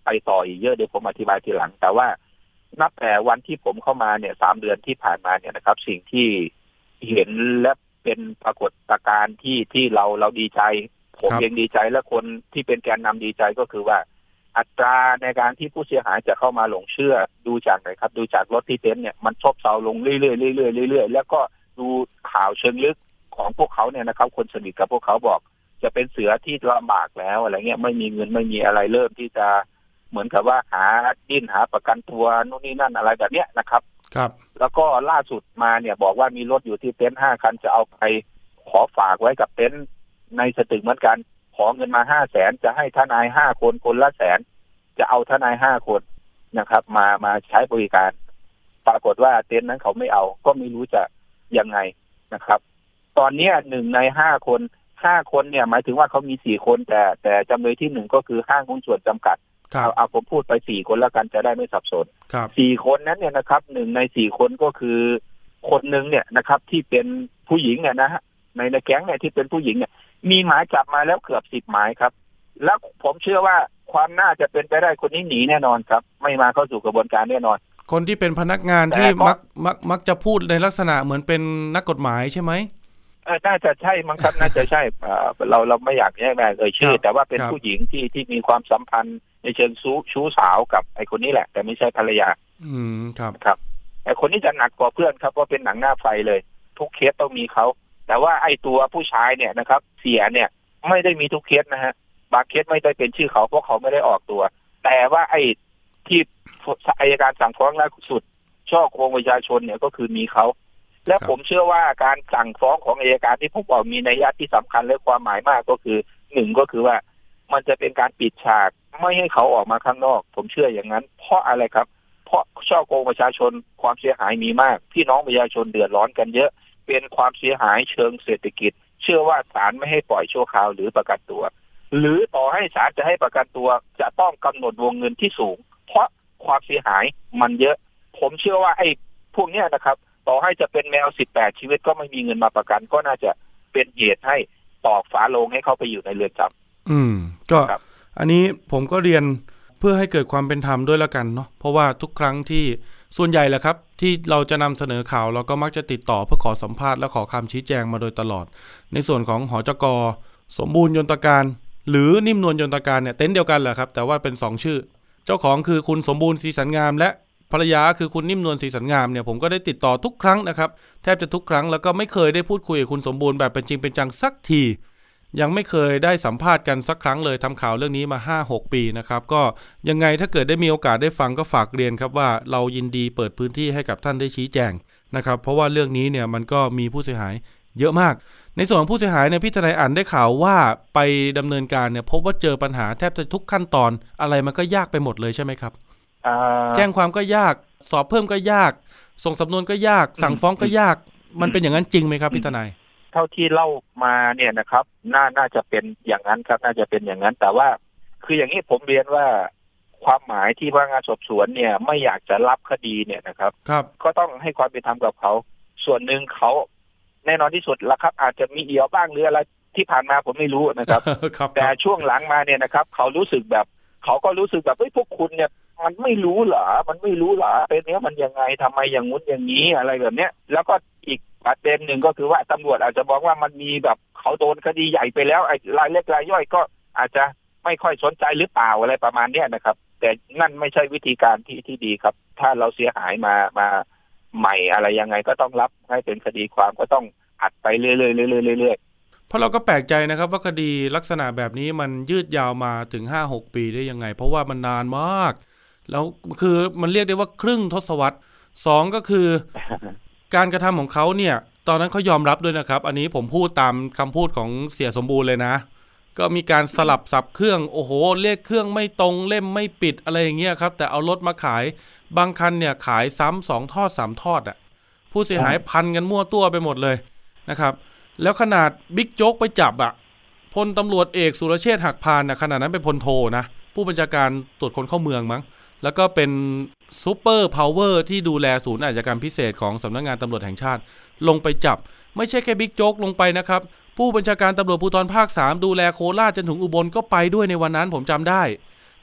ไปต่ออีกเยอะเดี๋ยวผมอธิบายทีหลังแต่ว่านับแต่วันที่ผมเข้ามาเนี่ยสามเดือนที่ผ่านมาเนี่ยนะครับสิ่งที่เห็นและเป็นปรากฏการณ์ที่ที่เราเราดีใจผมเองดีใจและคนที่เป็นแกนนำดีใจก็คือว่าอัตราในการที่ผู้เสียหายจะเข้ามาหลงเชื่อดูจากไหนครับดูจากรถที่เต็นท์เนี่ยมันซบเซาลงเรื่อยๆเรื่อยๆเรื่อยๆแล้วก็ดูข่าวเชิงลึกของพวกเขาเนี่ยนะครับคนสนิทกับพวกเขาบอกจะเป็นเสือที่ลำบากแล้วอะไรเงี้ยไม่มีเงินไม่มีอะไรเริ่มที่จะเหมือนกับว่าหาดิ้นหาประกันตัวนู่นนี่นั่นอะไรแบบเนี้ยนะครับครับแล้วก็ล่าสุดมาเนี่ยบอกว่ามีรถอยู่ที่เต็นท์ห้าคันจะเอาไปขอฝากไว้กับเต็นท์ในสตึกเหมือนกันขอเงินมาห้าแสนจะให้ทนายห้าคนคนละแสนจะเอาทนายห้าคนนะครับมามาใช้บริการปรากฏว่าเต็นท์นั้นเขาไม่เอาก็ไม่รู้จะยังไงนะครับตอนนี้หนึ่งในห้าคนห้าคนเนี่ยหมายถึงว่าเขามีสี่คนแต่แต่จำเลยที่หนึ่งก็คือห้างหุ้นส่วนจำกัดเอาเอาผมพูดไปสี่คนแล้วกันจะได้ไม่สับสนสี่คนนั้นเนี่ยนะครับหนึ่งในสี่คนก็คือคนหนึ่งเนี่ยนะครับที่เป็นผู้หญิงเนี่ยนะฮะในในแก๊งเนี่ยที่เป็นผู้หญิงเนี่ยมีหมายจับมาแล้วเกือบสิบหมายครับแล้วผมเชื่อว่าความน่าจะเป็นไปได้คนนี้หนีแน่นอนครับไม่มาเข้าสู่กระบวนการแน่นอนคนที่เป็นพนักงานที่มักมักมักจะพูดในลักษณะเหมือนเป็นนักกฎหมายใช่ไหมเออน่าจะใช่มั้งครับน่าจะใช่เราเราไม่อยากแยกแยะเอ่ยชื่อแต่ว่าเป็นผู้หญิงที่ที่มีความสัมพันธ์ในเชิงชู้ชู้สาวกับไอ้คนนี้แหละแต่ไม่ใช่ภรรยาอืมครับครับไอ้คนนี้จะหนักกว่าเพื่อนครับเพราะเป็นหนังหน้าไฟเลยทุกเคสต้องมีเขาแต่ว่าไอ้ตัวผู้ชายเนี่ยนะครับเสียเนี่ยไม่ได้มีทุกเคสนะฮะบางเคสไม่ได้เป็นชื่อเขาเพราะเขาไม่ได้ออกตัวแต่ว่าไอ้ที่อัยการสั่งฟ้องล่าสุดช่อโกงประชาชนเนี่ยก็คือมีเขาและผมเชื่อว่าการสั่งฟ้องของอัยการที่ผมบอกมีนัยยะที่สำคัญและความหมายมากก็คือหนึ่งก็คือว่ามันจะเป็นการปิดฉากไม่ให้เขาออกมาข้างนอกผมเชื่ออย่างนั้นเพราะอะไรครับเพราะช่อโกงประชาชนความเสียหายมีมากพี่น้องประชาชนเดือดร้อนกันเยอะเป็นความเสียหายเชิงเศรษฐกิจเชื่อว่าศาลไม่ให้ปล่อยชั่วคราวหรือประกันตัวหรือต่อให้ศาลจะให้ประกันตัวจะต้องกำหนดวงเงินที่สูงเพราะความเสียหายมันเยอะผมเชื่อว่าไอ้พวกเนี้ยนะครับต่อให้จะเป็นแมวสิบแปดชีวิตก็ไม่มีเงินมาประกันก็น่าจะเป็นเหตุให้ตอกฝาโลงให้เขาไปอยู่ในเรือนจำอืมก็อันนี้ผมก็เรียนเพื่อให้เกิดความเป็นธรรมด้วยละกันเนาะเพราะว่าทุกครั้งที่ส่วนใหญ่แหละครับที่เราจะนำเสนอข่าวเราก็มักจะติดต่อเพื่อขอสัมภาษณ์และขอคำชี้แจงมาโดยตลอดในส่วนของหจก.สมบูรณ์ยนตการหรือนิ่มนวลยนตการเนี่ยเต็นท์เดียวกันแหละครับแต่ว่าเป็นสองชื่อเจ้าของคือคุณสมบูรณ์ศรีสันงามและภรรยาคือคุณนิ่มนวลศรีสันงามเนี่ยผมก็ได้ติดต่อทุกครั้งนะครับแทบจะทุกครั้งแล้วก็ไม่เคยได้พูดคุยกับคุณสมบูรณ์แบบเป็นจริงเป็นจังสักทียังไม่เคยได้สัมภาษณ์กันสักครั้งเลยทำข่าวเรื่องนี้มา ห้าหก ปีนะครับก็ยังไงถ้าเกิดได้มีโอกาสได้ฟังก็ฝากเรียนครับว่าเรายินดีเปิดพื้นที่ให้กับท่านได้ชี้แจงนะครับเพราะว่าเรื่องนี้เนี่ยมันก็มีผู้เสียหายเยอะมากในส่วนของผู้เสียหายเนี่ยพี่ทนายอ่านได้ข่าวว่าไปดำเนินการเนี่ยพบว่าเจอปัญหาแทบจะทุกขั้นตอนอะไรมันก็ยากไปหมดเลยใช่ไหมครับแจ้งความก็ยากสอบเพิ่มก็ยากส่งสำนวนก็ยากสั่งฟ้องก็ยากมันเป็นอย่างนั้นจริงไหมครับพี่ทนายเท่าที่เล่ามาเนี่ยนะครับน่าน่าจะเป็นอย่างนั้นครับน่าจะเป็นอย่างนั้นแต่ว่าคืออย่างนี้ผมเรียนว่าความหมายที่พนักงานสอบสวนเนี่ยไม่อยากจะรับคดีเนี่ยนะครับครับก็ต้องให้ความเป็นธรรมกับเขาส่วนหนึ่งเขาแน่นอนที่สุดละครับอาจจะมีเอี่ยวบ้างหรืออะไรที่ผ่านมาผมไม่รู้นะครับ แต่ช่วงหลังมาเนี่ยนะครับเขารู้สึกแบบเขาก็รู้สึกแบบเฮ้ยพวกคุณเนี่ยมันไม่รู้เหรอมันไม่รู้เหรอเป็นเนี้ยมันยังไงทำไมอย่างงู้นอย่างนี้อะไรแบบเนี้ยแล้วก็อีกประเด็นหนึ่งก็คือว่าตำรวจอาจจะบอกว่ามันมีแบบเขาโดนคดีใหญ่ไปแล้วไอ้รายเล็กรายย่อยก็อาจจะไม่ค่อยสนใจหรือเปล่าอะไรประมาณเนี้ยนะครับแต่นั่นไม่ใช่วิธีการที่ที่ดีครับถ้าเราเสียหายมามาใหม่อะไรยังไงก็ต้องรับให้เป็นคดีความก็ต้องอัดไปเรื่อยๆเรื่อยๆเรื่อยๆเพราะเราก็แปลกใจนะครับว่าคดีลักษณะแบบนี้มันยืดยาวมาถึง ห้าหก ปีได้ยังไงเพราะว่ามันนานมากแล้วคือมันเรียกได้ว่าครึ่งทศวรรษสองก็คือ การกระทำของเขาเนี่ยตอนนั้นเขายอมรับด้วยนะครับอันนี้ผมพูดตามคำพูดของเสียสมบูรณ์เลยนะก็มีการสลับสับเครื่องโอ้โหเลขเครื่องไม่ตรงเล่มไม่ปิดอะไรอย่างเงี้ยครับแต่เอารถมาขายบางคันเนี่ยขายซ้ำสองทอดสามทอดอ่ะผู้เสียหายพันกันมั่วตัวไปหมดเลยนะครับแล้วขนาดบิ๊กโจ๊กไปจับอ่ะพลตำรวจเอกสุรเชษฐ์หักพานนะขนาดนั้นเป็นพลโทนะผู้บัญชาการตรวจคนเข้าเมืองมั้งแล้วก็เป็นซูเปอร์พาวเวอร์ที่ดูแลศูนย์อาชญากรรมพิเศษของสำนักงานตำรวจแห่งชาติลงไปจับไม่ใช่แค่บิ๊กโจ๊กลงไปนะครับผู้บัญชาการตำรวจภูธรภาคสามดูแลโคราชจนถึงอุบลก็ไปด้วยในวันนั้นผมจำได้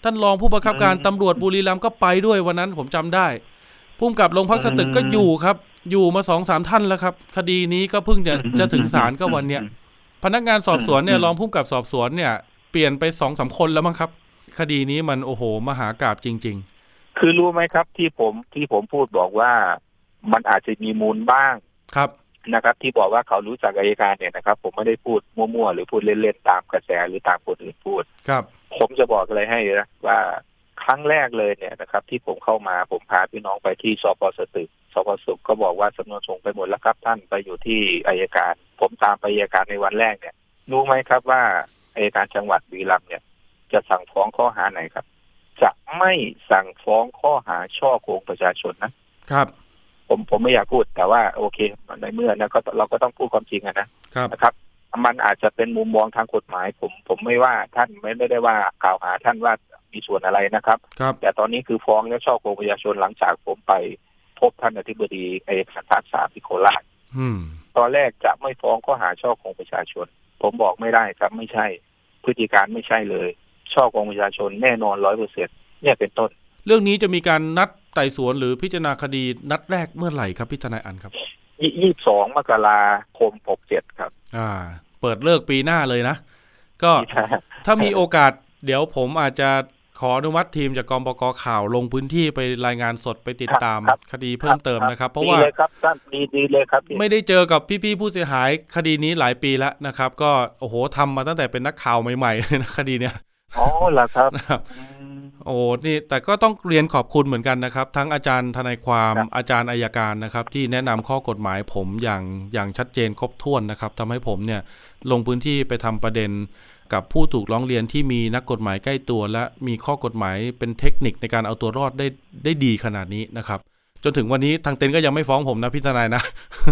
ท่านรองผู้บังคับการตำรวจบุรีรัมย์ก็ไปด้วยวันนั้นผมจำได้ผู้กำกับโรงพักสตึกก็อยู่ครับอยู่มา สองสาม ท่านแล้วครับคดีนี้ก็เพิ่งจะจะถึงศาลก็วันเนี้ยพนักงานสอบสวนเนี่ยรองผู้กำกับสอบสวนเนี่ยเปลี่ยนไป สองสาม คนแล้วมั้งครับคดีนี้มันโอ้โหมหากาพย์จริงๆคือรู้ไหมครับที่ผมที่ผมพูดบอกว่ามันอาจจะมีมูลบ้างครับนะครับที่บอกว่าเขารู้จักอัยการเนี่ยนะครับผมไม่ได้พูดมั่วๆหรือพูดเล่นๆตามกระแสหรือตามคนอื่นพูดครับผมจะบอกอะไรให้นะว่าครั้งแรกเลยเนี่ยนะครับที่ผมเข้ามาผมพาพี่น้องไปที่สปสตึกสปสตึกก็บอกว่าสำนวนส่งไปหมดแล้วครับท่านไปอยู่ที่อัยการผมตามไปอัยการในวันแรกเนี่ยรู้ไหมครับว่าอัยการจังหวัดบุรีรัมย์เนี่ยจะสั่งฟ้องข้อหาไหนครับจะไม่สั่งฟ้องข้อหาช่อโกงประชาชนนะครับผมผมไม่อยากพูดแต่ว่าโอเคในเมื่อนะก็เราก็ต้องพูดความจริงนะนะครับมันอาจจะเป็นมุมมองทางกฎหมายผมผมไม่ว่าท่านไม่ได้ว่ากล่าวหาท่านว่ามีส่วนอะไรนะครับแต่ตอนนี้คือฟ้องและช่อโกงประชาชนหลังจากผมไปพบท่านอธิบดีอัยการภาคสามที่โคราชตอนแรกจะไม่ฟ้องข้อหาช่อโกงประชาชนผมบอกไม่ได้ครับไม่ใช่พฤติการไม่ใช่เลยช่อโกงประชาชนแน่นอน ร้อยเปอร์เซ็นต์ เนี่ยเป็นต้นเรื่องนี้จะมีการนัดไต่สวนหรือพิจารณาคดีนัดแรกเมื่อไหร่ครับพี่ทนายอันครับยี่สิบสองมกราคมหกสิบเจ็ดครับอ่าเปิดเลิกปีหน้าเลยนะก็ถ้ามีโอกาสเดี๋ยวผมอาจจะขออนุมัติทีมจากกองบก.ข่าวลงพื้นที่ไปรายงานสดไปติดตามคดีเพิ่มเติมนะครับเพราะว่าไม่ได้เจอกับพี่ๆผู้เสียหายคดีนี้หลายปีแล้วนะครับก็โอ้โหทำมาตั้งแต่เป็นนักข่าวใหม่ๆเลยนะคดีเนี้ยอ๋อเหรอครับโอ้นี่แต่ก็ต้องเรียนขอบคุณเหมือนกันนะครับทั้งอาจารย์ทนายความอาจารย์อัยการนะครับที่แนะนำข้อกฎหมายผมอย่างอย่างชัดเจนครบถ้วนนะครับทำให้ผมเนี่ยลงพื้นที่ไปทำประเด็นกับผู้ถูกร้องเรียนที่มีนักกฎหมายใกล้ตัวและมีข้อกฎหมายเป็นเทคนิคในการเอาตัวรอดได้ได้ดีขนาดนี้นะครับจนถึงวันนี้ทางเต็นก็ยังไม่ฟ้องผมนะพี่ทนายนะ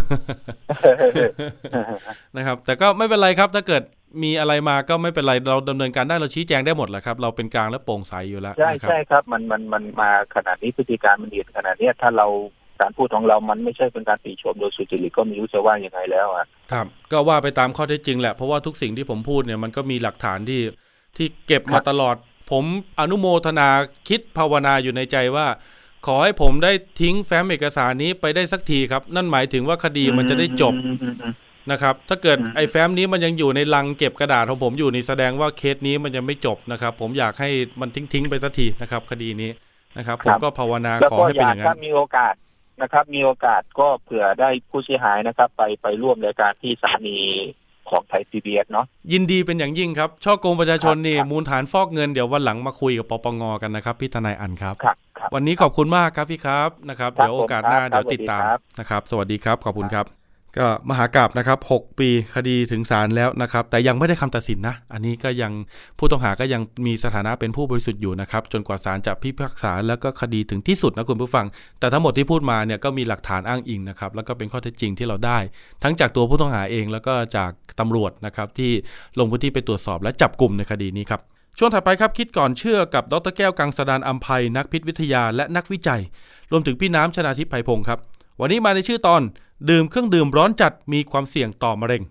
นะครับแต่ก็ไม่เป็นไรครับถ้าเกิดมีอะไรมาก็ไม่เป็นไรเราดำเนินการได้เราชี้แจงได้หมดแหละครับเราเป็นกลางและโปร่งใสอยู่แล้วใช่ใช่ครับมันมันมันมาขนาดนี้พฤติการมันเดือดขนาดนี้ถ้าเราการพูดของเรามันไม่ใช่เป็นการติชมโดยสุจริตก็ไม่รู้จะว่ายังไงแล้วอ่ะครับก็ว่าไปตามข้อเท็จจริงแหละเพราะว่าทุกสิ่งที่ผมพูดเนี่ยมันก็มีหลักฐานที่ที่เก็บมาตลอดผมอนุโมทนาคิดภาวนาอยู่ในใจว่าขอให้ผมได้ทิ้งแฟ้มเอกสารนี้ไปได้สักทีครับนั่นหมายถึงว่าคดีมันจะได้จบนะครับถ้าเกิดไอ้แฟ้มนี้มันยังอยู่ในลังเก็บกระดาษของผมอยู่นี่แสดงว่าเคสนี้มันยังไม่จบนะครับผมอยากให้มันทิ้งๆไปสักทีนะครับคดีนี้นะครับผมก็ภาวนาขอให้เป็นอย่างนั้นถ้ามีโอกาสนะครับมีโอกาสก็เผื่อได้ผู้เสียหายนะครับไปไปร่วมรายการที่สถานีของไทย พี บี เอส เนาะยินดีเป็นอย่างยิ่งครับช่อโกงประชาชนนี่มูลฐานฟอกเงินเดี๋ยววันหลังมาคุยกับปปงกันนะครับพี่ทนายอันครับวันนี้ขอบคุณมากครับพี่ครับนะครับเดี๋ยวโอกาสหน้าเดี๋ยวติดตามนะครับสวัสดีครับขอบคุณครับก็มหากาพย์นะครับหกปีคดีถึงศาลแล้วนะครับแต่ยังไม่ได้คำตัดสินนะอันนี้ก็ยังผู้ต้องหาก็ยังมีสถานะเป็นผู้บริสุทธิ์อยู่นะครับจนกว่าศาลจะพิพากษาแล้วก็คดีถึงที่สุดนะคุณผู้ฟังแต่ทั้งหมดที่พูดมาเนี่ยก็มีหลักฐานอ้างอิงนะครับแล้วก็เป็นข้อเท็จจริงที่เราได้ทั้งจากตัวผู้ต้องหาเองแล้วก็จากตำรวจนะครับที่ลงพื้นที่ไปตรวจสอบและจับกลุ่มในคดีนี้ครับช่วงถัดไปครับคิดก่อนเชื่อกับดร.แก้วกังสดาลอำไพนักพิษวิทยาและนักวิจัยรวมถึงพี่น้ำชนาทิพย์ไพพงศ์ครับวันนี้มาในชื่อตอนดื่มเครื่องดื่มร้อนจัดมีความเสี่ยงต่อมะเร็ง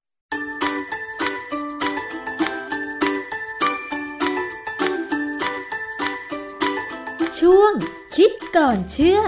ช่วงคิดก่อนเชื่อ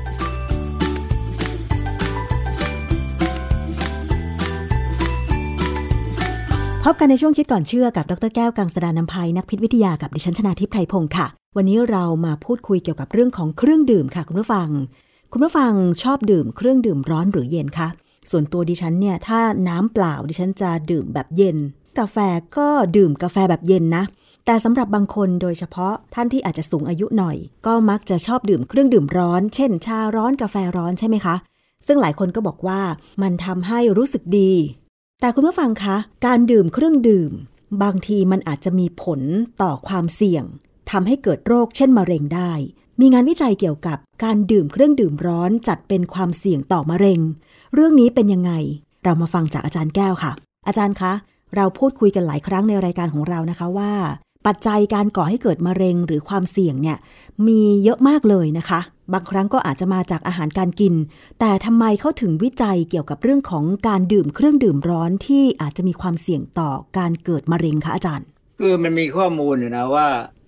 พบกันในช่วงคิดก่อนเชื่อกับดร.แก้วกังสดาลอำไพนักพิษวิทยากับดิฉันชนาทิพย์ไพพงศ์ค่ะวันนี้เรามาพูดคุยเกี่ยวกับเรื่องของเครื่องดื่มค่ะคุณผู้ฟังคุณผู้ฟังชอบดื่มเครื่องดื่มร้อนหรือเย็นคะส่วนตัวดิฉันเนี่ยถ้าน้ำเปล่าดิฉันจะดื่มแบบเย็นกาแฟก็ดื่มกาแฟแบบเย็นนะแต่สำหรับบางคนโดยเฉพาะท่านที่อาจจะสูงอายุหน่อยก็มักจะชอบดื่มเครื่องดื่มร้อนเช่นชาร้อนกาแฟร้อนใช่ไหมคะซึ่งหลายคนก็บอกว่ามันทำให้รู้สึกดีแต่คุณผู้ฟังคะการดื่มเครื่องดื่มบางทีมันอาจจะมีผลต่อความเสี่ยงทำให้เกิดโรคเช่นมะเร็งได้มีงานวิจัยเกี่ยวกับการดื่มเครื่องดื่มร้อนจัดเป็นความเสี่ยงต่อมะเร็งเรื่องนี้เป็นยังไงเรามาฟังจากอาจารย์แก้วค่ะอาจารย์คะเราพูดคุยกันหลายครั้งในรายการของเรานะคะว่าปัจจัยการก่อให้เกิดมะเร็งหรือความเสี่ยงเนี่ยมีเยอะมากเลยนะคะบางครั้งก็อาจจะมาจากอาหารการกินแต่ทำไมเขาถึงวิจัยเกี่ยวกับเรื่องของการดื่มเครื่องดื่มร้อนที่อาจจะมีความเสี่ยงต่อการเกิดมะเร็งคะอาจารย์คือมันมีข้อมูลอยู่นะว่า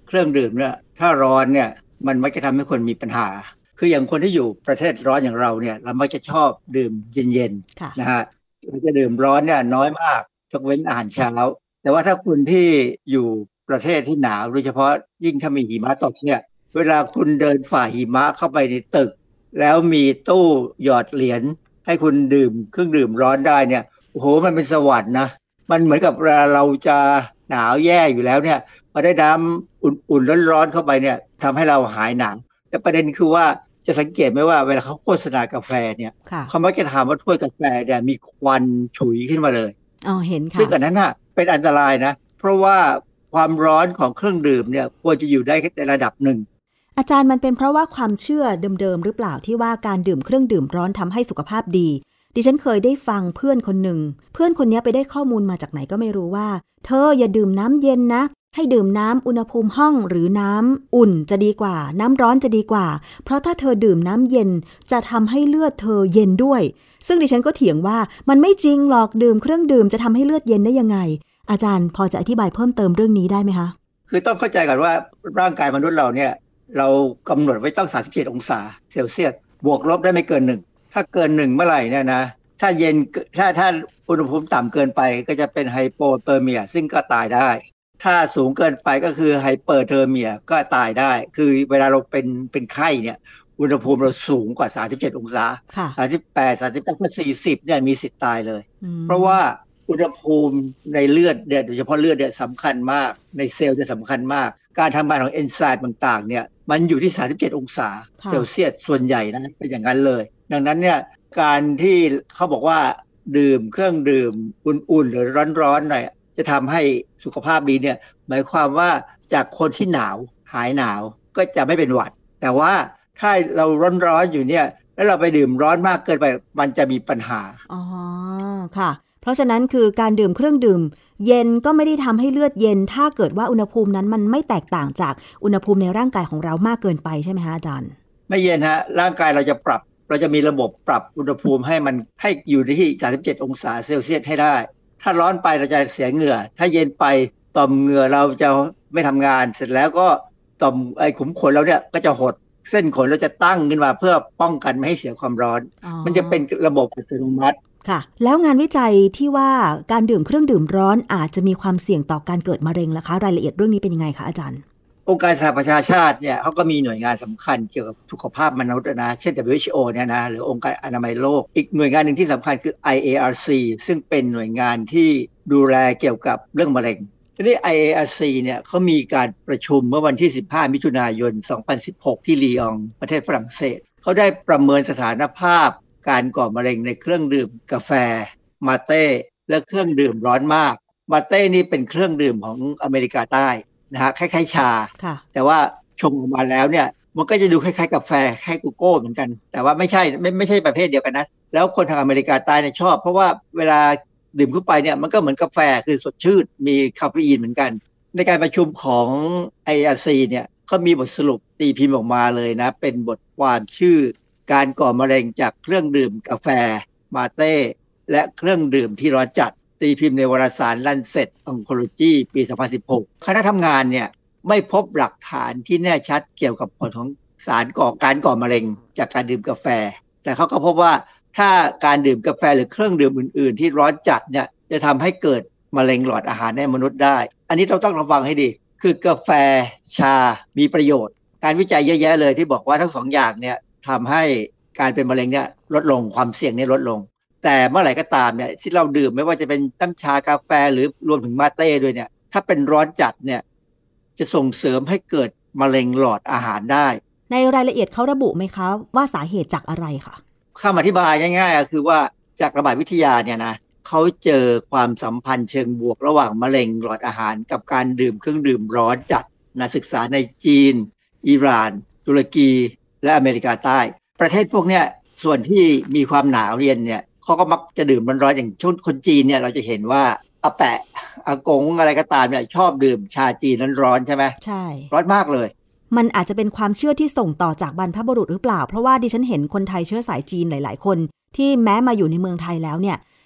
เครื่องดื่มเนี่ยถ้าร้อนเนี่ยมันมักจะทำให้คนมีปัญหาคืออย่างคนที่อยู่ประเทศร้อนอย่างเราเนี่ยเรามักจะชอบดื่มเย็นๆนะฮะเราจะดื่มร้อนเนี่ยน้อยมากยกเว้นอาหารเช้าแต่ว่าถ้าคุณที่อยู่ประเทศที่หนาวโดยเฉพาะยิ่งถ้ามีหิมะตกเนี่ยเวลาคุณเดินฝ่าหิมะเข้าไปในตึกแล้วมีตู้หยอดเหรียญให้คุณดื่มเครื่องดื่มร้อนได้เนี่ยโอ้โหมันเป็นสวรรค์นะมันเหมือนกับเวลาเราจะหนาวแย่อยู่แล้วเนี่ยพอได้น้ำอุ่นๆร้อนๆเข้าไปเนี่ยทำให้เราหายหนาวแต่ประเด็นคือว่าจะสังเกตไหมว่าเวลาเขาโฆษณากาแฟเนี่ยเขามักจะถามว่าถ้วยกาแฟเนี่ยมีควันฉุยขึ้นมาเลยอ๋อเห็นค่ะซึ่งอันนั้นน่ะเป็นอันตรายนะเพราะว่าความร้อนของเครื่องดื่มเนี่ยควรจะอยู่ได้ในระดับหนึ่งอาจารย์มันเป็นเพราะว่าความเชื่อเดิมๆหรือเปล่าที่ว่าการดื่มเครื่องดื่มร้อนทำให้สุขภาพดีดิฉันเคยได้ฟังเพื่อนคนหนึ่งเพื่อนคนนี้ไปได้ข้อมูลมาจากไหนก็ไม่รู้ว่าเธออย่าดื่มน้ำเย็นนะให้ดื่มน้ำอุณหภูมิห้องหรือน้ำอุ่นจะดีกว่าน้ำร้อนจะดีกว่าเพราะถ้าเธอดื่มน้ำเย็นจะทำให้เลือดเธอเย็นด้วยซึ่งดิฉันก็เถียงว่ามันไม่จริงหรอกดื่มเครื่องดื่มจะทำให้เลือดเย็นได้ยังไงอาจารย์พอจะอธิบายเพิ่มเติมเรื่องนี้ได้ไหมคะคือต้องเข้าใจก่อนว่าร่างกายมนุษย์เราเนี่ยเรากำหนดไว้ต้องสามสิบเจ็ดองศาเซลเซียสบวกลบได้ไม่เกินหนึ่งถ้าเกินหนึ่งเมื่อไหร่เนี่ยนะถ้าเย็นถ้าถ้าอุณหภูมิต่ำเกินไปก็จะเป็นไฮโปเทอร์เมียซึ่งก็ตายได้ถ้าสูงเกินไปก็คือไฮเปอร์เทอร์เมียก็ตายได้คือเวลาเราเป็นเป็นไข้เนี่ยอุณหภูมิเราสูงกว่าสามสิบเจ็ดองศาสามสิบแปด สามสิบเก้า สี่สิบเนี่ยมีสิทธิ์ตายเลยเพราะว่าอุณหภูมิในเลือดเนี่ยโดยเฉพาะเลือดเนี่ยสำคัญมากในเซลล์เนี่ยสำคัญมากการทำงานของเอนไซม์ต่างๆเนี่ยมันอยู่ที่สามสิบเจ็ดองศาเซลเซียสส่วนใหญ่นะเป็นอย่างนั้นเลยดังนั้นเนี่ยการที่เขาบอกว่าดื่มเครื่องดื่มอุ่นๆหรือร้อนๆหน่อยจะทำให้สุขภาพดีเนี่ยหมายความว่าจากคนที่หนาวหายหนาวก็จะไม่เป็นหวัดแต่ว่าถ้าเราร้อนๆอยู่เนี่ยแล้วเราไปดื่มร้อนมากเกินไปมันจะมีปัญหาอ๋อค่ะเพราะฉะนั้นคือการดื่มเครื่องดื่มเย็นก็ไม่ได้ทำให้เลือดเย็นถ้าเกิดว่าอุณหภูมินั้นมันไม่แตกต่างจากอุณหภูมิในร่างกายของเรามากเกินไปใช่ไหมฮะอาจารย์ไม่เย็นฮะร่างกายเราจะปรับเราจะมีระบบปรับอุณหภูมิให้มันให้อยู่ที่สามสิบเจ็ดองศาเซลเซียสให้ได้ถ้าร้อนไปเราจะเสียเหงื่อถ้าเย็นไปต่อมเหงื่อเราจะไม่ทำงานเสร็จแล้วก็ต่อมไอ้ขุมขนเราเนี่ยก็จะหดเส้นขนเราจะตั้งขึ้นมาเพื่อป้องกันไม่ให้เสียความร้อนมันจะเป็นระบบอัตโนมัติค่ะแล้วงานวิจัยที่ว่าการดื่มเครื่องดื่มร้อนอาจจะมีความเสี่ยงต่อการเกิดมะเร็งล่ะคะรายละเอียดเรื่องนี้เป็นยังไงคะอาจารย์องค์การสหประชาชาติเนี่ยเขาก็มีหน่วยงานสำคัญเกี่ยวกับสุขภาพมนุษย์นะเช่น ดับเบิลยู เอช โอ เนี่ยนะหรือองค์การอนามัยโลกอีกหน่วยงานหนึ่งที่สำคัญคือ ไอ เอ อาร์ ซี ซึ่งเป็นหน่วยงานที่ดูแลเกี่ยวกับเรื่องมะเร็งทีนี้ ไอ เอ อาร์ ซี เนี่ยเขามีการประชุมเมื่อวันที่สิบห้ามิถุนายนสองพันสิบหกที่ลีอองประเทศฝรั่งเศสเขาได้ประเมินสถานภาพการก่อมะเร็งในเครื่องดื่มกาแฟมาเต้และเครื่องดื่มร้อนมากมาเต้นี่เป็นเครื่องดื่มของอเมริกาใต้นะฮะคล้ายๆชาแต่ว่าชงออกมาแล้วเนี่ยมันก็จะดูคล้ายๆกาแฟคล้ายโกโก้เหมือนกันแต่ว่าไม่ใช่ไม่ไม่ใช่ประเภทเดียวกันนะแล้วคนทางอเมริกาใต้เนี่ยชอบเพราะว่าเวลาดื่มเข้าไปเนี่ยมันก็เหมือนกาแฟคือสดชื่นมีคาเฟอีนเหมือนกันในการประชุมของ ไอ อาร์ ซี เนี่ยเขามีบทสรุปตีพิมพ์ออกมาเลยนะเป็นบทความชื่อการก่อมะเร็งจากเครื่องดื่มกาแฟมาเต้และเครื่องดื่มที่ร้อนจัดตีพิมพ์ในวารสาร Lancet Oncology ปี สองพันสิบหก คณะทำงานเนี่ยไม่พบหลักฐานที่แน่ชัดเกี่ยวกับผลของสารก่อการก่อมะเร็งจากการดื่มกาแฟแต่เขาก็พบว่าถ้าการดื่มกาแฟหรือเครื่องดื่มอื่นๆที่ร้อนจัดเนี่ยจะทำให้เกิดมะเร็งหลอดอาหารในมนุษย์ได้อันนี้เราต้องระวังให้ดีคือกาแฟชามีประโยชน์การวิจัยเยอะแยะเลยที่บอกว่าทั้งสองอย่างเนี่ยทำให้การเป็นมะเร็งเนี่ยลดลงความเสี่ยงเนี่ยลดลงแต่เมื่อไหร่ก็ตามเนี่ยที่เราดื่มไม่ว่าจะเป็นน้ำชากาแฟหรือรวมถึงมาเต้ด้วยเนี่ยถ้าเป็นร้อนจัดเนี่ยจะส่งเสริมให้เกิดมะเร็งหลอดอาหารได้ในรายละเอียดเขาระบุไหมคะว่าสาเหตุจากอะไรคะคำอธิบายง่ายๆก็คือว่าจากระบาดวิทยาเนี่ยนะเขาเจอความสัมพันธ์เชิงบวกระหว่างมะเร็งหลอดอาหารกับการดื่มเครื่องดื่มร้อนจัดนะศึกษาในจีนอิหร่านตุรกีและอเมริกาใต้ประเทศพวกเนี้ยส่วนที่มีความหนาวเย็นเนี่ยเขาก็มักจะดื่มร้อนๆอย่างช่วงคนจีนเนี่ยเราจะเห็นว่าอาแปะอากงอะไรก็ตามเนี่ยชอบดื่มชาจีนร้อนๆใช่ไหมใช่ร้อนมากเลยมันอาจจะเป็นความเชื่อที่ส่งต่อจากบรรพบุรุษหรือเปล่าเพราะว่าดิฉันเห็นคนไทยเชื้อสายจีนหลายๆคนที่แม้มาอยู่ในเมืองไทยแล้วเนี่ย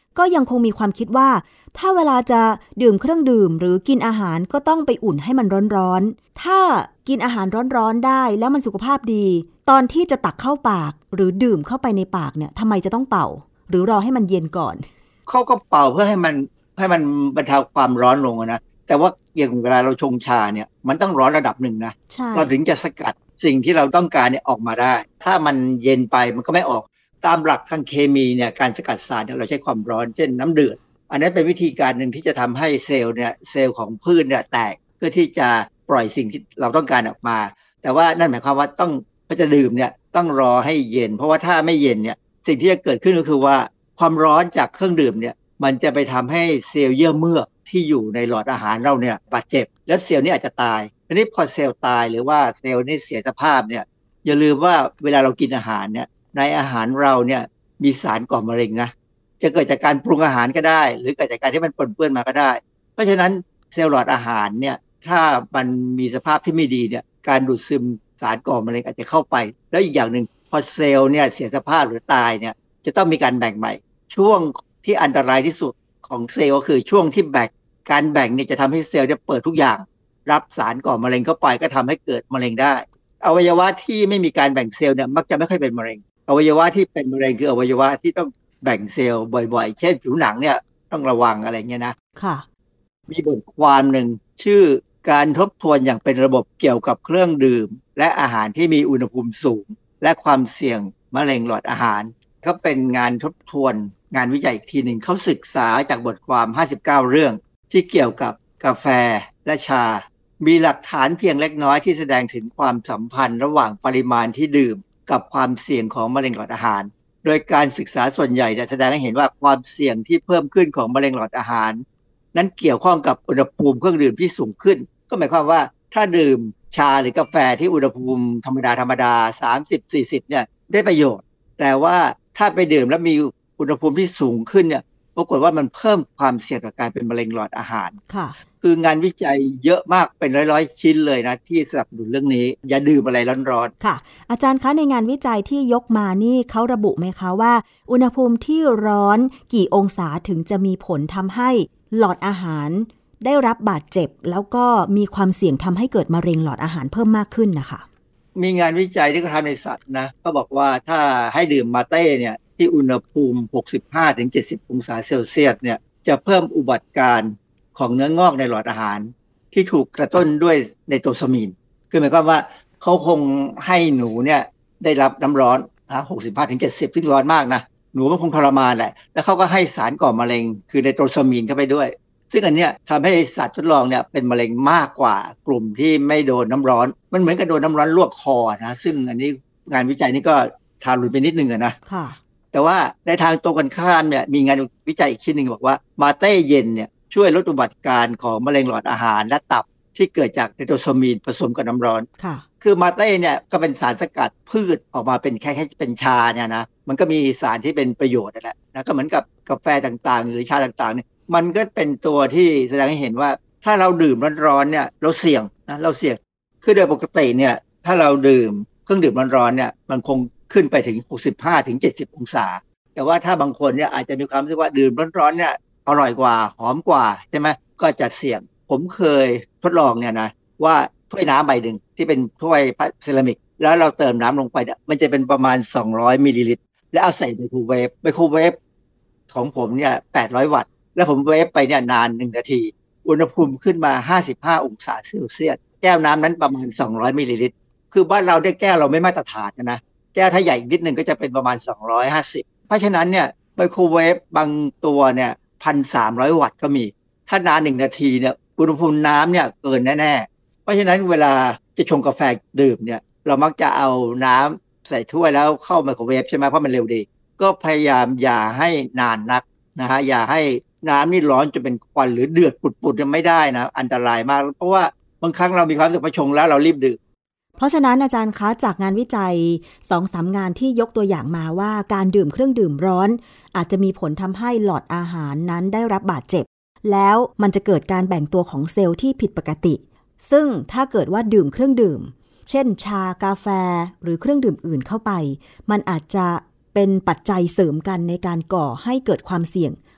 ก็ยังคงมีความคิดว่าถ้าเวลาจะดื่มเครื่องดื่มหรือกินอาหารก็ต้องไปอุ่นให้มันร้อนๆถ้ากินอาหารร้อนๆได้แล้วมันสุขภาพดีตอนที่จะตักเข้าปากหรือดื่มเข้าไปในปากเนี่ยทำไมจะต้องเป่าหรือรอให้มันเย็นก่อนเขาก็เป่าเพื่อให้มันให้มันบรรเทาความร้อนลงนะแต่ว่าอย่างเวลาเราชงชาเนี่ยมันต้องร้อนระดับหนึ่งนะเราถึงจะสกัดสิ่งที่เราต้องการเนี่ยออกมาได้ถ้ามันเย็นไปมันก็ไม่ออกตามหลักทางเคมีเนี่ยการสกัดสารเนี่ยเราใช้ความร้อนเช่นน้ำเดือดอันนั้นเป็นวิธีการหนึ่งที่จะทำให้เซลล์เนี่ยเซลล์ของพืชเนี่ยแตกเพื่อที่จะปล่อยสิ่งที่เราต้องการออกมาแต่ว่านั่นหมายความว่าต้องถ้าจะดื่มเนี่ยต้องรอให้เย็นเพราะว่าถ้าไม่เย็นเนี่ยสิ่งที่จะเกิดขึ้นก็คือว่าความร้อนจากเครื่องดื่มเนี่ยมันจะไปทำให้เซลล์เยื่อเมือกที่อยู่ในหลอดอาหารเราเนี่ยบาดเจ็บและเซลล์นี้อาจจะตายทีนี้พอเซลล์ตายหรือว่าเซลล์นี่เสียสภาพเนี่ยอย่าลืมว่าเวลาเรากินอาหารเนี่ยในอาหารเราเนี่ยมีสารก่อมะเร็งนะจะเกิดจากการปรุงอาหารก็ได้หรือเกิดจากการที่มันปนเปื้อนมาก็ได้เพราะฉะนั้นเซลล์หลอดอาหารเนี่ยถ้ามันมีสภาพที่ไม่ดีเนี่ยการดูดซึมสารก่อมะเร็งอาจจะเข้าไปแล้วอีกอย่างนึงพอเซลล์เนี่ยเสียสภาพหรือตายเนี่ยจะต้องมีการแบ่งใหม่ช่วงที่อันตรายที่สุดของเซลล์ก็คือช่วงที่แบ่งการแบ่งเนี่ยจะทำให้เซลล์เนี่ยเปิดทุกอย่างรับสารก่อมะเร็งเข้าไปก็ทำให้เกิดมะเร็งได้อวัยวะที่ไม่มีการแบ่งเซลล์เนี่ยมักจะไม่ค่อยเป็นมะเร็งอวัยวะที่เป็นมะเร็งคืออวัยวะที่ต้องแบ่งเซลล์บ่อยๆเช่นผิวหนังเนี่ยต้องระวังอะไรเงี้ยนะค่ะมีบทความหนึ่งชื่อการทบทวนอย่างเป็นระบบเกี่ยวกับเครื่องดื่มและอาหารที่มีอุณหภูมิสูงและความเสี่ยงมะเร็งหลอดอาหารก็เป็นงานทบทวนงานวิจัยอีกทีหนึ่งเขาศึกษาจากบทความห้าสิบเก้าเรื่องที่เกี่ยวกับกาแฟและชามีหลักฐานเพียงเล็กน้อยที่แสดงถึงความสัมพันธ์ระหว่างปริมาณที่ดื่มกับความเสี่ยงของมะเร็งหลอดอาหารโดยการศึกษาส่วนใหญ่แสดงให้เห็นว่าความเสี่ยงที่เพิ่มขึ้นของมะเร็งหลอดอาหารนั้นเกี่ยวข้องกับอุณหภูมิเครื่องดื่มที่สูงขึ้นก็หมายความว่าถ้าดื่มชาหรือกาแฟที่อุณหภูมิธรรมดาธรรมดา สามสิบ สี่สิบ เนี่ยได้ประโยชน์แต่ว่าถ้าไปดื่มแล้วมีอุณหภูมิที่สูงขึ้นเนี่ยปรากฏว่ามันเพิ่มความเสี่ยงต่อการเป็นมะเร็งหลอดอาหารค่ะคืองานวิจัยเยอะมากเป็นร้อยๆชิ้นเลยนะที่สนับสนุนเรื่องนี้อย่าดื่มอะไรร้อนๆค่ะอาจารย์คะในงานวิจัยที่ยกมานี่เขาระบุไหมคะว่าอุณหภูมิที่ร้อนกี่องศาถึงจะมีผลทำให้หลอดอาหารได้รับบาดเจ็บแล้วก็มีความเสี่ยงทำให้เกิดมะเร็งหลอดอาหารเพิ่มมากขึ้นนะคะมีงานวิจัยที่เขาทำในสัตว์นะก็บอกว่าถ้าให้ดื่มมาเต้เนี่ยที่อุณหภูมิ หกสิบห้าถึงเจ็ดสิบ องศาเซลเซียสเนี่ยจะเพิ่มอุบัติการของเนื้องอกในหลอดอาหารที่ถูกกระตุ้นด้วยไนโตซามีนคือหมายความว่าเขาคงให้หนูเนี่ยได้รับน้ำร้อนนะ หกสิบห้าถึงเจ็ดสิบ ซึ่งร้อนมากนะหนูมันคงทรมานแหละแล้วเขาก็ให้สารก่อมะเร็งคือไนโตซามีนเข้าไปด้วยซึ่งอันเนี้ยทำให้สัตว์ทดลองเนี่ยเป็นมะเร็งมากกว่ากลุ่มที่ไม่โดนน้ำร้อนมันเหมือนกับโดนน้ำร้อนลวกคอนะซึ่งอันนี้งานวิจัยนี้ก็ทารุณไปนิดนึงนะค่ะแต่ว่าในทางตรงกันข้ามเนี่ยมีงานวิจัยอีกชิ้นหนึ่งบอกว่ามาเต้เย็นเนี่ยช่วยลดอุบัติการของมะเร็งหลอดอาหารและตับที่เกิดจากไนโตซามีนผสมกับน้ำร้อนค่ะคือมาเต้เนี่ยก็เป็นสารสกัดพืชออกมาเป็นแค่แค่เป็นชาเนี่ยนะมันก็มีสารที่เป็นประโยชน์นั่นแหละนะก็เหมือนกับกาแฟต่างๆหรือชาต่างๆเนี่ยมันก็เป็นตัวที่แสดงให้เห็นว่าถ้าเราดื่มร้อนๆเนี่ยเราเสี่ยงนะเราเสี่ยงคือโดยปกติเนี่ยถ้าเราดื่มเครื่องดื่มร้อนๆเนี่ยมันคงขึ้นไปถึง หกสิบห้าถึงเจ็ดสิบ องศาแต่ว่าถ้าบางคนเนี่ยอาจจะมีความรู้สึกว่าดื่มร้อนๆเนี่ยอร่อยกว่าหอมกว่าใช่ไหมก็จะเสี่ยงผมเคยทดลองเนี่ยนะว่าถ้วยน้ำใบหนึ่งที่เป็นถ้วยพลาสเซรามิกแล้วเราเติมน้ำลงไปเนี่ยมันจะเป็นประมาณสองร้อยมิลลิลิตรแล้วเอาใส่ไมโครเวฟไมโครเวฟของผมเนี่ยแปดร้อยวัตต์แล้วผมเวฟไปเนี่ยนานหนึ่งนาทีอุณหภูมิขึ้นมาห้าสิบห้าองศาเซลเซียสแก้วน้ำนั้นประมาณสองร้อยมิลลิลิตรคือบ้านเราได้แก้วเราไม่มาตรฐานนะแก้วถ้าใหญ่นิดนึงก็จะเป็นประมาณสองร้อยห้าสิบเพราะฉะนั้นเนี่ยไมโครเวฟบางตัวเนี่ย หนึ่งพันสามร้อย วัตต์ก็มีถ้านานหนึ่งนาทีเนี่ยอุณหภูมิน้ำเนี่ยเกินแน่ๆเพราะฉะนั้นเวลาจะชงกาแฟดื่มเนี่ยเรามักจะเอาน้ำใส่ถ้วยแล้วเข้าไมโครเวฟใช่ไหมเพราะมันเร็วดีก็พยายามอย่าให้นานนักนะฮะอย่าให้น้ำนี่ร้อนจนเป็นควันหรือเดือดปุดๆจะไม่ได้นะอันตรายมากเพราะว่าบางครั้งเรามีความรู้สึกว่าชงแล้วเรารีบดื่มเพราะฉะนั้นอาจารย์คะจากงานวิจัย สองถึงสาม งานที่ยกตัวอย่างมาว่าการดื่มเครื่องดื่มร้อนอาจจะมีผลทำให้หลอดอาหารนั้นได้รับบาดเจ็บแล้วมันจะเกิดการแบ่งตัวของเซลล์ที่ผิดปกติซึ่งถ้าเกิดว่าดื่มเครื่องดื่มเช่นชากาแฟหรือเครื่องดื่มอื่นเข้าไปมันอาจจะเป็นปัจจัยเสริมกันในการก่อให้เกิดความเสี่ยง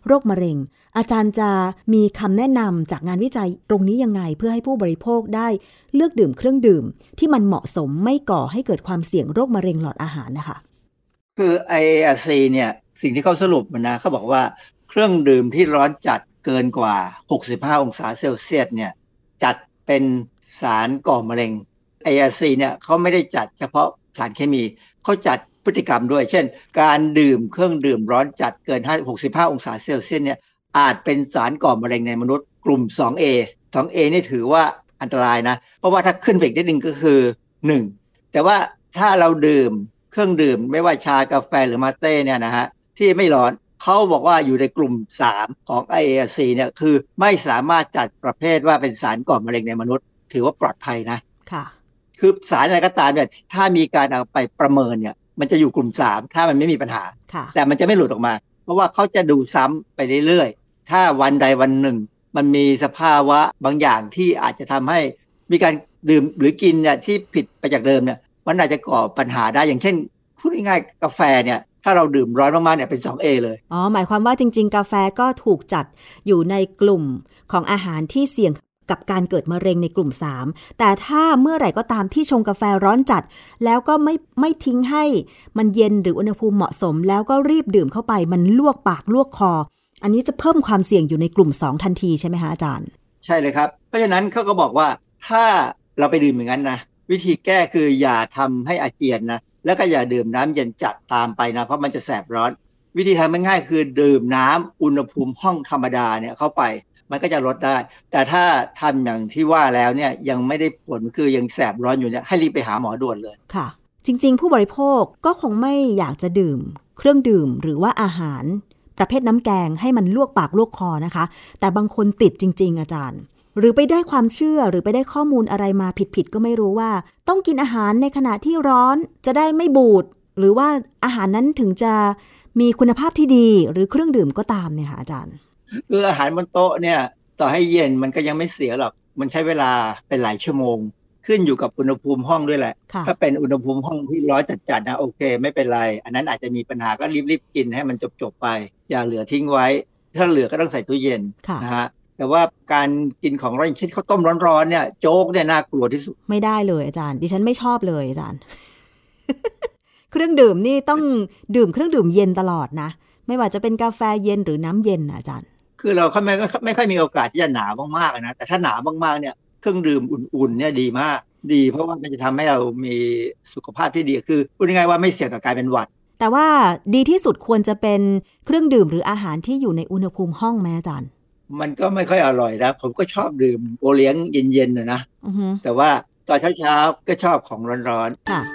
โรคมะเร็งอาจารย์จะมีคำแนะนำจากงานวิจัยตรงนี้ยังไงเพื่อให้ผู้บริโภคได้เลือกดื่มเครื่องดื่มที่มันเหมาะสมไม่ก่อให้เกิดความเสี่ยงโรคมะเร็งหลอดอาหารนะคะคือ ไอ เอ อาร์ ซี เนี่ยสิ่งที่เขาสรุปมันนะเขาบอกว่าเครื่องดื่มที่ร้อนจัดเกินกว่าหกสิบห้าองศาเซลเซียสเนี่ยจัดเป็นสารก่อมะเร็ง ไอ เอ อาร์ ซี เนี่ยเขาไม่ได้จัดเฉพาะสารเคมีเขาจัดพฤติกรรมด้วยเช่นการดื่มเครื่องดื่มร้อนจัดเกินหกสิบห้าองศาเซลเซียสเนี่ยอาจเป็นสารก่อมะเร็งในมนุษย์กลุ่ม ทู เอ ทู เอ นี่ถือว่าอันตรายนะเพราะว่าถ้าขึ้นไปอีกนิดนึงก็คือหนึ่งแต่ว่าถ้าเราดื่มเครื่องดื่มไม่ว่าชากาแฟหรือมาเต้เนี่ยนะฮะที่ไม่ร้อนเขาบอกว่าอยู่ในกลุ่มสามของ ไอ เอ อาร์ ซี เนี่ยคือไม่สามารถจัดประเภทว่าเป็นสารก่อมะเร็งในมนุษย์ถือว่าปลอดภัยนะค่ะคือสารอะไรก็ตามเนี่ยถ้ามีการเอาไปประเมินเนี่ยมันจะอยู่กลุ่มสามถ้ามันไม่มีปัญหาแต่มันจะไม่หลุดออกมาเพราะว่าเขาจะดูซ้ำไปเรื่อยๆถ้าวันใดวันหนึ่งมันมีสภาวะบางอย่างที่อาจจะทำให้มีการดื่มหรือกินเนี่ยที่ผิดไปจากเดิมเนี่ยมันอาจจะก่อปัญหาได้อย่างเช่นพูดง่ายๆกาแฟเนี่ยถ้าเราดื่มร้อนมากๆเนี่ยเป็น ทู เอ เลยอ๋อหมายความว่าจริงๆกาแฟก็ถูกจัดอยู่ในกลุ่มของอาหารที่เสี่ยงกับการเกิดมะเร็งในกลุ่มสามแต่ถ้าเมื่อไหร่ก็ตามที่ชงกาแฟร้อนจัดแล้วก็ไม่ไม่ทิ้งให้มันเย็นหรืออุณหภูมิเหมาะสมแล้วก็รีบดื่มเข้าไปมันลวกปากลวกคออันนี้จะเพิ่มความเสี่ยงอยู่ในกลุ่มสองทันทีใช่ไหมคะอาจารย์ใช่เลยครับเพราะฉะนั้นเขาก็บอกว่าถ้าเราไปดื่มอย่างนั้นนะวิธีแก้คืออย่าทำให้อาเจียนนะแล้วก็อย่าดื่มน้ำเย็นจัดตามไปนะเพราะมันจะแสบร้อนวิธีทำง่ายๆคือดื่มน้ำอุณหภูมิห้องธรรมดาเนี่ยเข้าไปมันก็จะลดได้แต่ถ้าทำอย่างที่ว่าแล้วเนี่ยยังไม่ได้ผลคือยังแสบร้อนอยู่เนี่ยให้รีบไปหาหมอด่วนเลยค่ะจริงๆผู้บริโภคก็คงไม่อยากจะดื่มเครื่องดื่มหรือว่าอาหารประเภทน้ำแกงให้มันลวกปากลวกคอนะคะแต่บางคนติดจริงๆอาจารย์หรือไปได้ความเชื่อหรือไปได้ข้อมูลอะไรมาผิดๆก็ไม่รู้ว่าต้องกินอาหารในขณะที่ร้อนจะได้ไม่บูดหรือว่าอาหารนั้นถึงจะมีคุณภาพที่ดีหรือเครื่องดื่มก็ตามเนี่ยค่ะอาจารย์คืออาหารบนโต๊ะเนี่ยต่อให้เย็นมันก็ยังไม่เสียหรอกมันใช้เวลาเป็นหลายชั่วโมงขึ้นอยู่กับอุณหภูมิห้องด้วยแหละถ้าเป็นอุณหภูมิห้องที่ร้อนจัดๆนะโอเคไม่เป็นไรอันนั้นอาจจะมีปัญหาก็รีบๆกินให้มันจบๆไปอย่าเหลือทิ้งไว้ถ้าเหลือก็ต้องใส่ตู้เย็นนะฮะแต่ว่าการกินของร้อนเช่นข้าวต้มร้อนๆเนี่ยโจ๊กเนี่ยน่ากลัวที่สุดไม่ได้เลยอาจารย์ดิฉันไม่ชอบเลยอาจารย์ เครื่องดื่มนี่ต้องดื่มเครื่องดื่มเย็นตลอดนะไม่ว่าจะเป็นกาแฟเย็นหรือน้ำเย็นนะอาจารย์คือเราไม่ไม่ค่อยมีโอกาสที่จะหนาวมากๆนะแต่ถ้าหนาวมากๆเนี่ยเครื่องดื่มอุ่นๆเนี่ยดีมากดีเพราะว่ามันจะทำให้เรามีสุขภาพที่ดีคือพูดง่ายๆว่าไม่เสี่ยงต่อการเป็นหวัดแต่ว่าดีที่สุดควรจะเป็นเครื่องดื่มหรืออาหารที่อยู่ในอุณหภูมิห้องไหมอาจารย์มันก็ไม่ค่อยอร่อยนะผมก็ชอบดื่มโอเลี้ยงเย็นๆนะนะ uh-huh. แต่ว่าตอนเช้าๆก็ชอบของร้อนๆค่ะ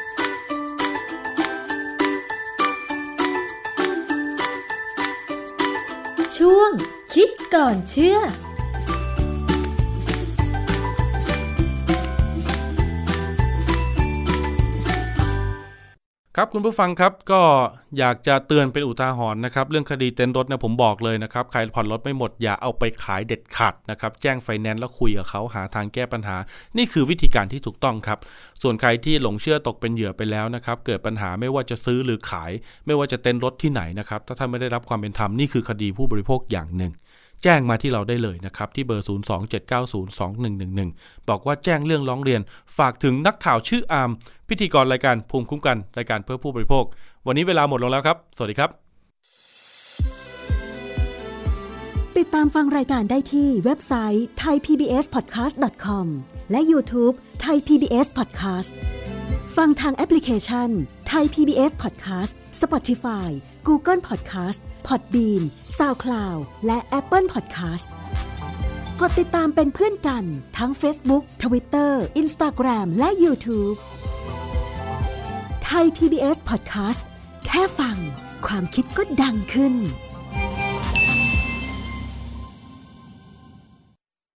ช่วงคิดก่อนเชื่อครับคุณผู้ฟังครับก็อยากจะเตือนเป็นอุทาหรณ์นะครับเรื่องคดีเต็นท์รถนะผมบอกเลยนะครับใครผ่อนรถไม่หมดอย่าเอาไปขายเด็ดขาดนะครับแจ้งไฟแนนซ์แล้วคุยกับเขาหาทางแก้ปัญหานี่คือวิธีการที่ถูกต้องครับส่วนใครที่หลงเชื่อตกเป็นเหยื่อไปแล้วนะครับเกิดปัญหาไม่ว่าจะซื้อหรือขายไม่ว่าจะเต็นท์รถที่ไหนนะครับถ้าท่านไม่ได้รับความเป็นธรรมนี่คือคดีผู้บริโภคอย่างหนึ่งแจ้งมาที่เราได้เลยนะครับที่เบอร์ศูนย์ สอง เจ็ด เก้า ศูนย์ สอง หนึ่ง หนึ่ง หนึ่งบอกว่าแจ้งเรื่องร้องเรียนฝากถึงนักข่าวชื่ออาร์มพิธีกรรายการภูมิคุ้มกันรายการเพื่อผู้บริโภควันนี้เวลาหมดลงแล้วครับสวัสดีครับติดตามฟังรายการได้ที่เว็บไซต์ ไทย พี บี เอส พอดแคสต์ ดอท คอม และ YouTube Thai พี บี เอส Podcast ฟังทางแอปพลิเคชัน Thai พี บี เอส Podcast Spotify Google Podcast Podbean SoundCloud และ Apple Podcast กดติดตามเป็นเพื่อนกันทั้ง Facebook Twitter Instagram และ YouTube Thai พี บี เอส Podcast แค่ฟังความคิดก็ดังขึ้น